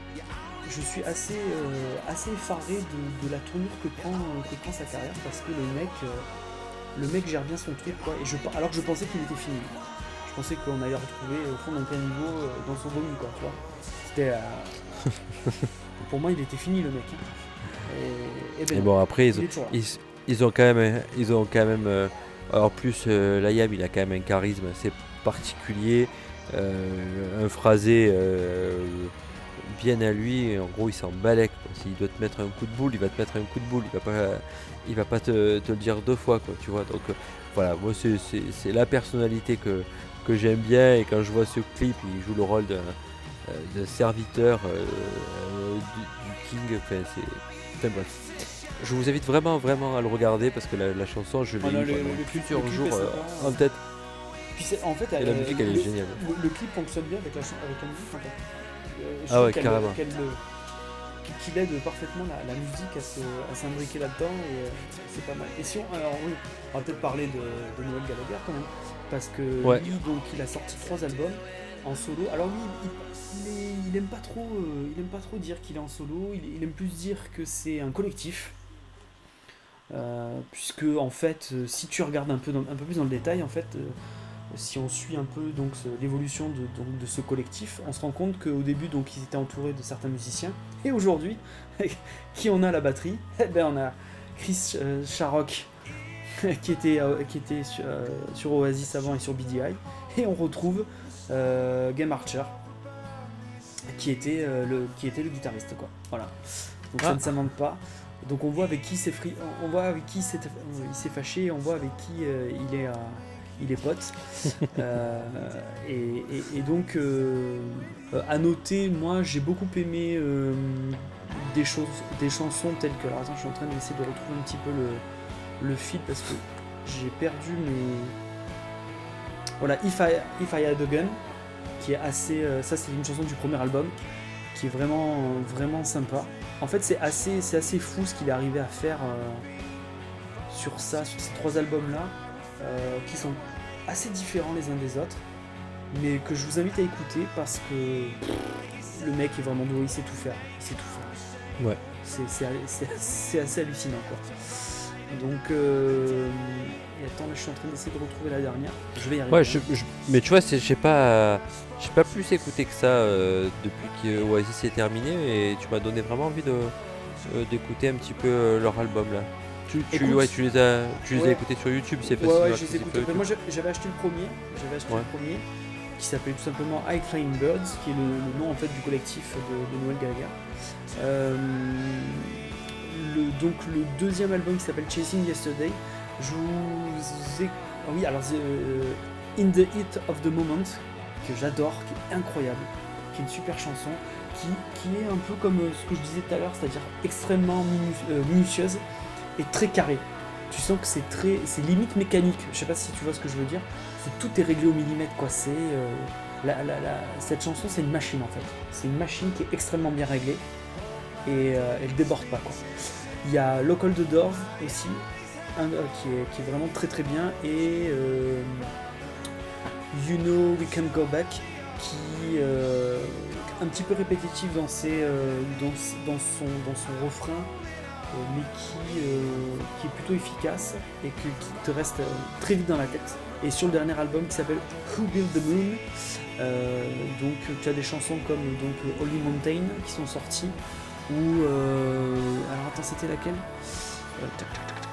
Je suis assez, euh, assez effaré de, de la tournure que prend, que prend sa carrière parce que le mec, euh, le mec gère bien son truc quoi. Et je, alors que je pensais qu'il était fini. Je pensais qu'on allait retrouver au fond d'un caniveau euh, dans son vomi quoi, tu vois. C'était, euh, pour moi il était fini le mec. hein. Et, et ben Et non, bon après ils, il est toujours là. ils, ils ont quand même ils ont quand même euh, alors plus euh, Liam il a quand même un charisme assez particulier, euh, un phrasé euh, bien à lui, et en gros il s'en balèque quoi. S'il doit te mettre un coup de boule, il va te mettre un coup de boule, il va pas il va pas te, te le dire deux fois quoi, tu vois. Donc euh, voilà, moi c'est, c'est, c'est la personnalité que, que j'aime bien, et quand je vois ce clip, il joue le rôle d'un, euh, d'un serviteur euh, euh, du, du King, enfin c'est enfin bref. Je vous invite vraiment vraiment à le regarder parce que la, la chanson je l'ai Voilà, eu le- pendant le clip- plusieurs le clip jours est euh, sympa. en tête. Puis c'est- en fait, Et la euh, musique, elle est le, géniale. Le, le clip fonctionne bien avec la, chan- avec la musique en fait. Euh, je Ah trouve ouais, qu'elle- carrément. qu'elle le- qu'il aide parfaitement la, la musique à, se, à s'imbriquer là-dedans et euh, c'est pas mal. Et si on, alors oui, on va peut-être parler de, de Noël Gallagher quand même, parce que Ouais. lui donc il a sorti trois albums en solo. Alors lui, il, il, est- il aime pas trop, euh, il aime pas trop dire qu'il est en solo. Il, il aime plus dire que c'est un collectif. Euh, puisque en fait, euh, si tu regardes un peu, dans- un peu plus dans le détail, en fait, euh, si on suit un peu donc ce- l'évolution de, donc, de ce collectif, on se rend compte qu'au début donc ils étaient entourés de certains musiciens, et aujourd'hui, qui on a à la batterie? Eh ben on a Chris euh, Sharrock qui était euh, qui était sur, euh, sur Oasis avant et sur B D I, et on retrouve euh, Game Archer qui était euh, le qui était le guitariste quoi. Voilà. Donc ça Ah. ne s'invente pas. Donc on voit avec qui c'est fri... on voit avec qui c'est... il s'est fâché, on voit avec qui euh, il est euh, il est pote. Euh, et, et- et donc euh, euh, à noter, moi j'ai beaucoup aimé euh, des choses, des chansons telles que. Alors attends, je suis en train d'essayer de retrouver un petit peu le, le fil parce que j'ai perdu mes. Voilà, If I, If I Had a Gun, qui est assez. euh, ça c'est une chanson du premier album qui est vraiment vraiment sympa. En fait, c'est assez, c'est assez fou ce qu'il est arrivé à faire euh, sur ça, sur ces trois albums-là, euh, qui sont assez différents les uns des autres, mais que je vous invite à écouter parce que pff, le mec est vraiment doué, il sait tout faire, il sait tout faire. Ouais. C'est, c'est, c'est, c'est assez hallucinant quoi. Donc, euh, et attends, là, je suis en train d'essayer de retrouver la dernière. Je vais y arriver. Ouais, je, je- mais tu vois, c'est, j'ai pas, j'ai pas plus écouté que ça euh, depuis que Oasis est terminé, et tu m'as donné vraiment envie de, euh, d'écouter un petit peu euh, leur album là. Tu, tu, Écoute. ouais, tu les as, tu les as Ouais. écoutés sur YouTube, c'est Ouais, facile. ouais, à je les accéder écoute. sur Après, YouTube. moi, j'ai- j'avais acheté le premier, j'avais acheté Ouais. le premier, qui s'appelait tout simplement High Flying Birds, qui est le, le nom en fait du collectif de, de Noël Gallagher. Euh, le, donc le deuxième album qui s'appelle Chasing Yesterday, je vous ai... ah oui, alors euh, In the Heat of the Moment, que j'adore, qui est incroyable, qui est une super chanson, qui, qui est un peu comme euh, ce que je disais tout à l'heure, c'est-à-dire extrêmement minu- euh, minutieuse et très carrée. Tu sens que c'est très, c'est limite mécanique. Je sais pas si tu vois ce que je veux dire. C'est tout est réglé au millimètre, quoi. C'est euh, la, la- la- cette chanson, c'est une machine en fait. C'est une machine qui est extrêmement bien réglée et euh, elle déborde pas, quoi. Il y a Local the Doors aussi, un, euh, qui, est, qui est vraiment très très bien, et euh, You Know We Can Go Back, qui euh, un petit peu répétitif dans ses, euh, dans, dans son dans son refrain, euh, mais qui, euh, qui est plutôt efficace et que- qui te reste euh, très vite dans la tête. Et sur le dernier album qui s'appelle Who Built the Moon, euh, donc tu as des chansons comme donc Holy Mountain qui sont sorties, ou euh, alors attends, c'était laquelle? Euh, tac, tac, tac, tac.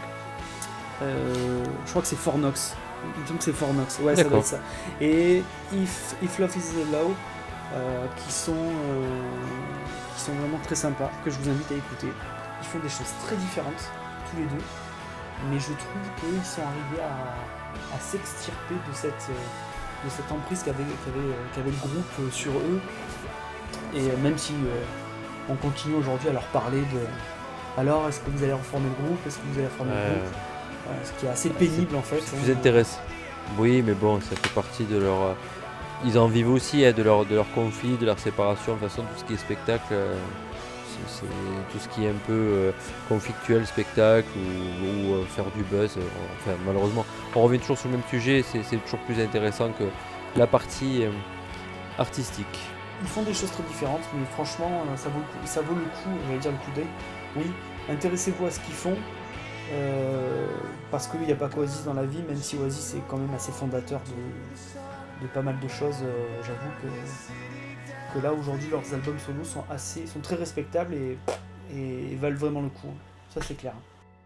Euh, je crois que c'est Fornox. Il me semble que c'est Fornox. Ouais, ça doit D'accord. être ça. Et If, If Love is the Law, euh, qui sont euh, qui sont vraiment très sympas, que je vous invite à écouter. Ils font des choses très différentes tous les deux, mais je trouve qu'ils sont arrivés à, à s'extirper de cette euh, de cette emprise qu'avait qu'avait euh, qu'avait le groupe euh, sur eux. Et euh, même si euh, on continue aujourd'hui à leur parler de alors est-ce que vous allez reformer le groupe, est-ce que vous allez reformer Ouais. le groupe. Voilà, ce qui est assez pénible en fait. C'est hein. plus intéressant. Oui, mais bon, ça fait partie de leur. euh, Ils en vivent aussi, hein, de leur de leur conflit, de leur séparation. De toute façon, tout ce qui est spectacle, euh, c'est c'est tout ce qui est un peu euh, conflictuel, spectacle ou, ou, euh, faire du buzz. euh, enfin, malheureusement, on revient toujours sur le même sujet. C'est c'est toujours plus intéressant que la partie euh, artistique. Ils font des choses très différentes, mais franchement, euh, ça vaut le coup, ça vaut le coup, j'allais dire le coup d'œil. Oui, intéressez-vous à ce qu'ils font, euh, parce qu'il n'y a pas qu'Oasis dans la vie, même si Oasis est quand même assez fondateur de, de pas mal de choses. euh, J'avoue que, que là, aujourd'hui, leurs albums solo sont, assez, sont très respectables et, et valent vraiment le coup. Ça, c'est clair.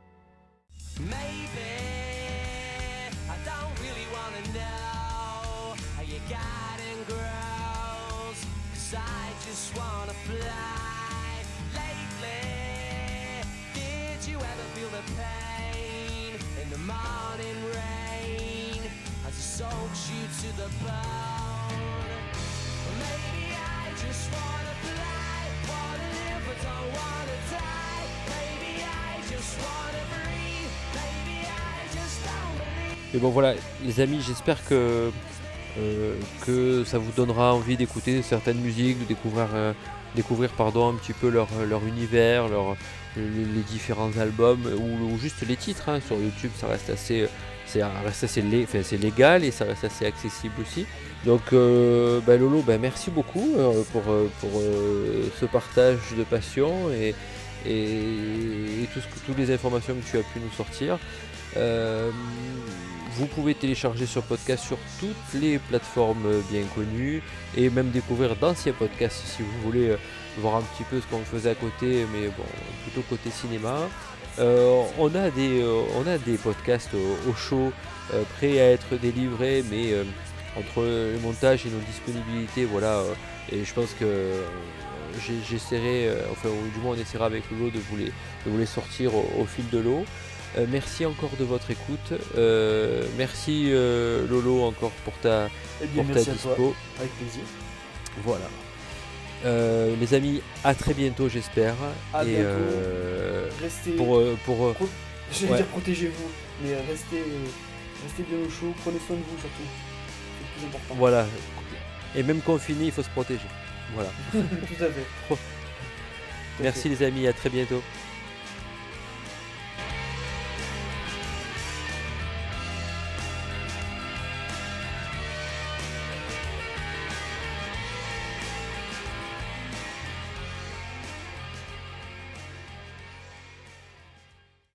Maybe I don't really wanna know how your garden grows, 'cause I just wanna fly. Lately, did you ever feel the pain in the morning rain as it soaks you to the bone? Or maybe I just wanna fly, wanna live but don't wanna die. Maybe I just wanna breathe, maybe I just don't believe. Mais bon voilà, les amis, j'espère que, euh, que ça vous donnera envie d'écouter certaines musiques, de découvrir, euh, découvrir pardon, un petit peu leur, leur univers, leur, les, les différents albums, ou, ou juste les titres. Hein. Sur YouTube, ça reste assez, c'est, reste assez lé- enfin, c'est légal et ça reste assez accessible aussi. Donc euh, bah, Lolo, bah, merci beaucoup euh, pour, euh, pour euh, ce partage de passion et, et, et tout ce que, toutes les informations que tu as pu nous sortir. Euh, vous pouvez télécharger ce podcast sur toutes les plateformes bien connues et même découvrir d'anciens podcasts si vous voulez euh, voir un petit peu ce qu'on faisait à côté, mais bon, plutôt côté cinéma. Euh, on, a des, euh, on a des podcasts au, au chaud, euh, prêts à être délivrés, mais euh, entre le montage et nos disponibilités, voilà, euh, et je pense que euh, j'ai- j'essaierai, euh, enfin, ou du moins on essaiera avec Lolo de vous les, de vous les sortir au, au fil de l'eau. Euh, merci encore de votre écoute. Euh, merci euh, Lolo encore pour ta, Eh bien, pour ta merci à toi, dispo. avec plaisir. Voilà. Euh, les amis, à très bientôt j'espère. À Et bientôt. euh, Restez, pour, euh, pour, euh, pro- j'allais ouais. dire protégez-vous, mais restez, restez bien au chaud, prenez soin de vous surtout. C'est le plus important. voilà. Et même confiné, il faut se protéger. Voilà. Tout à fait. Tout à Merci fait. les amis, à très bientôt.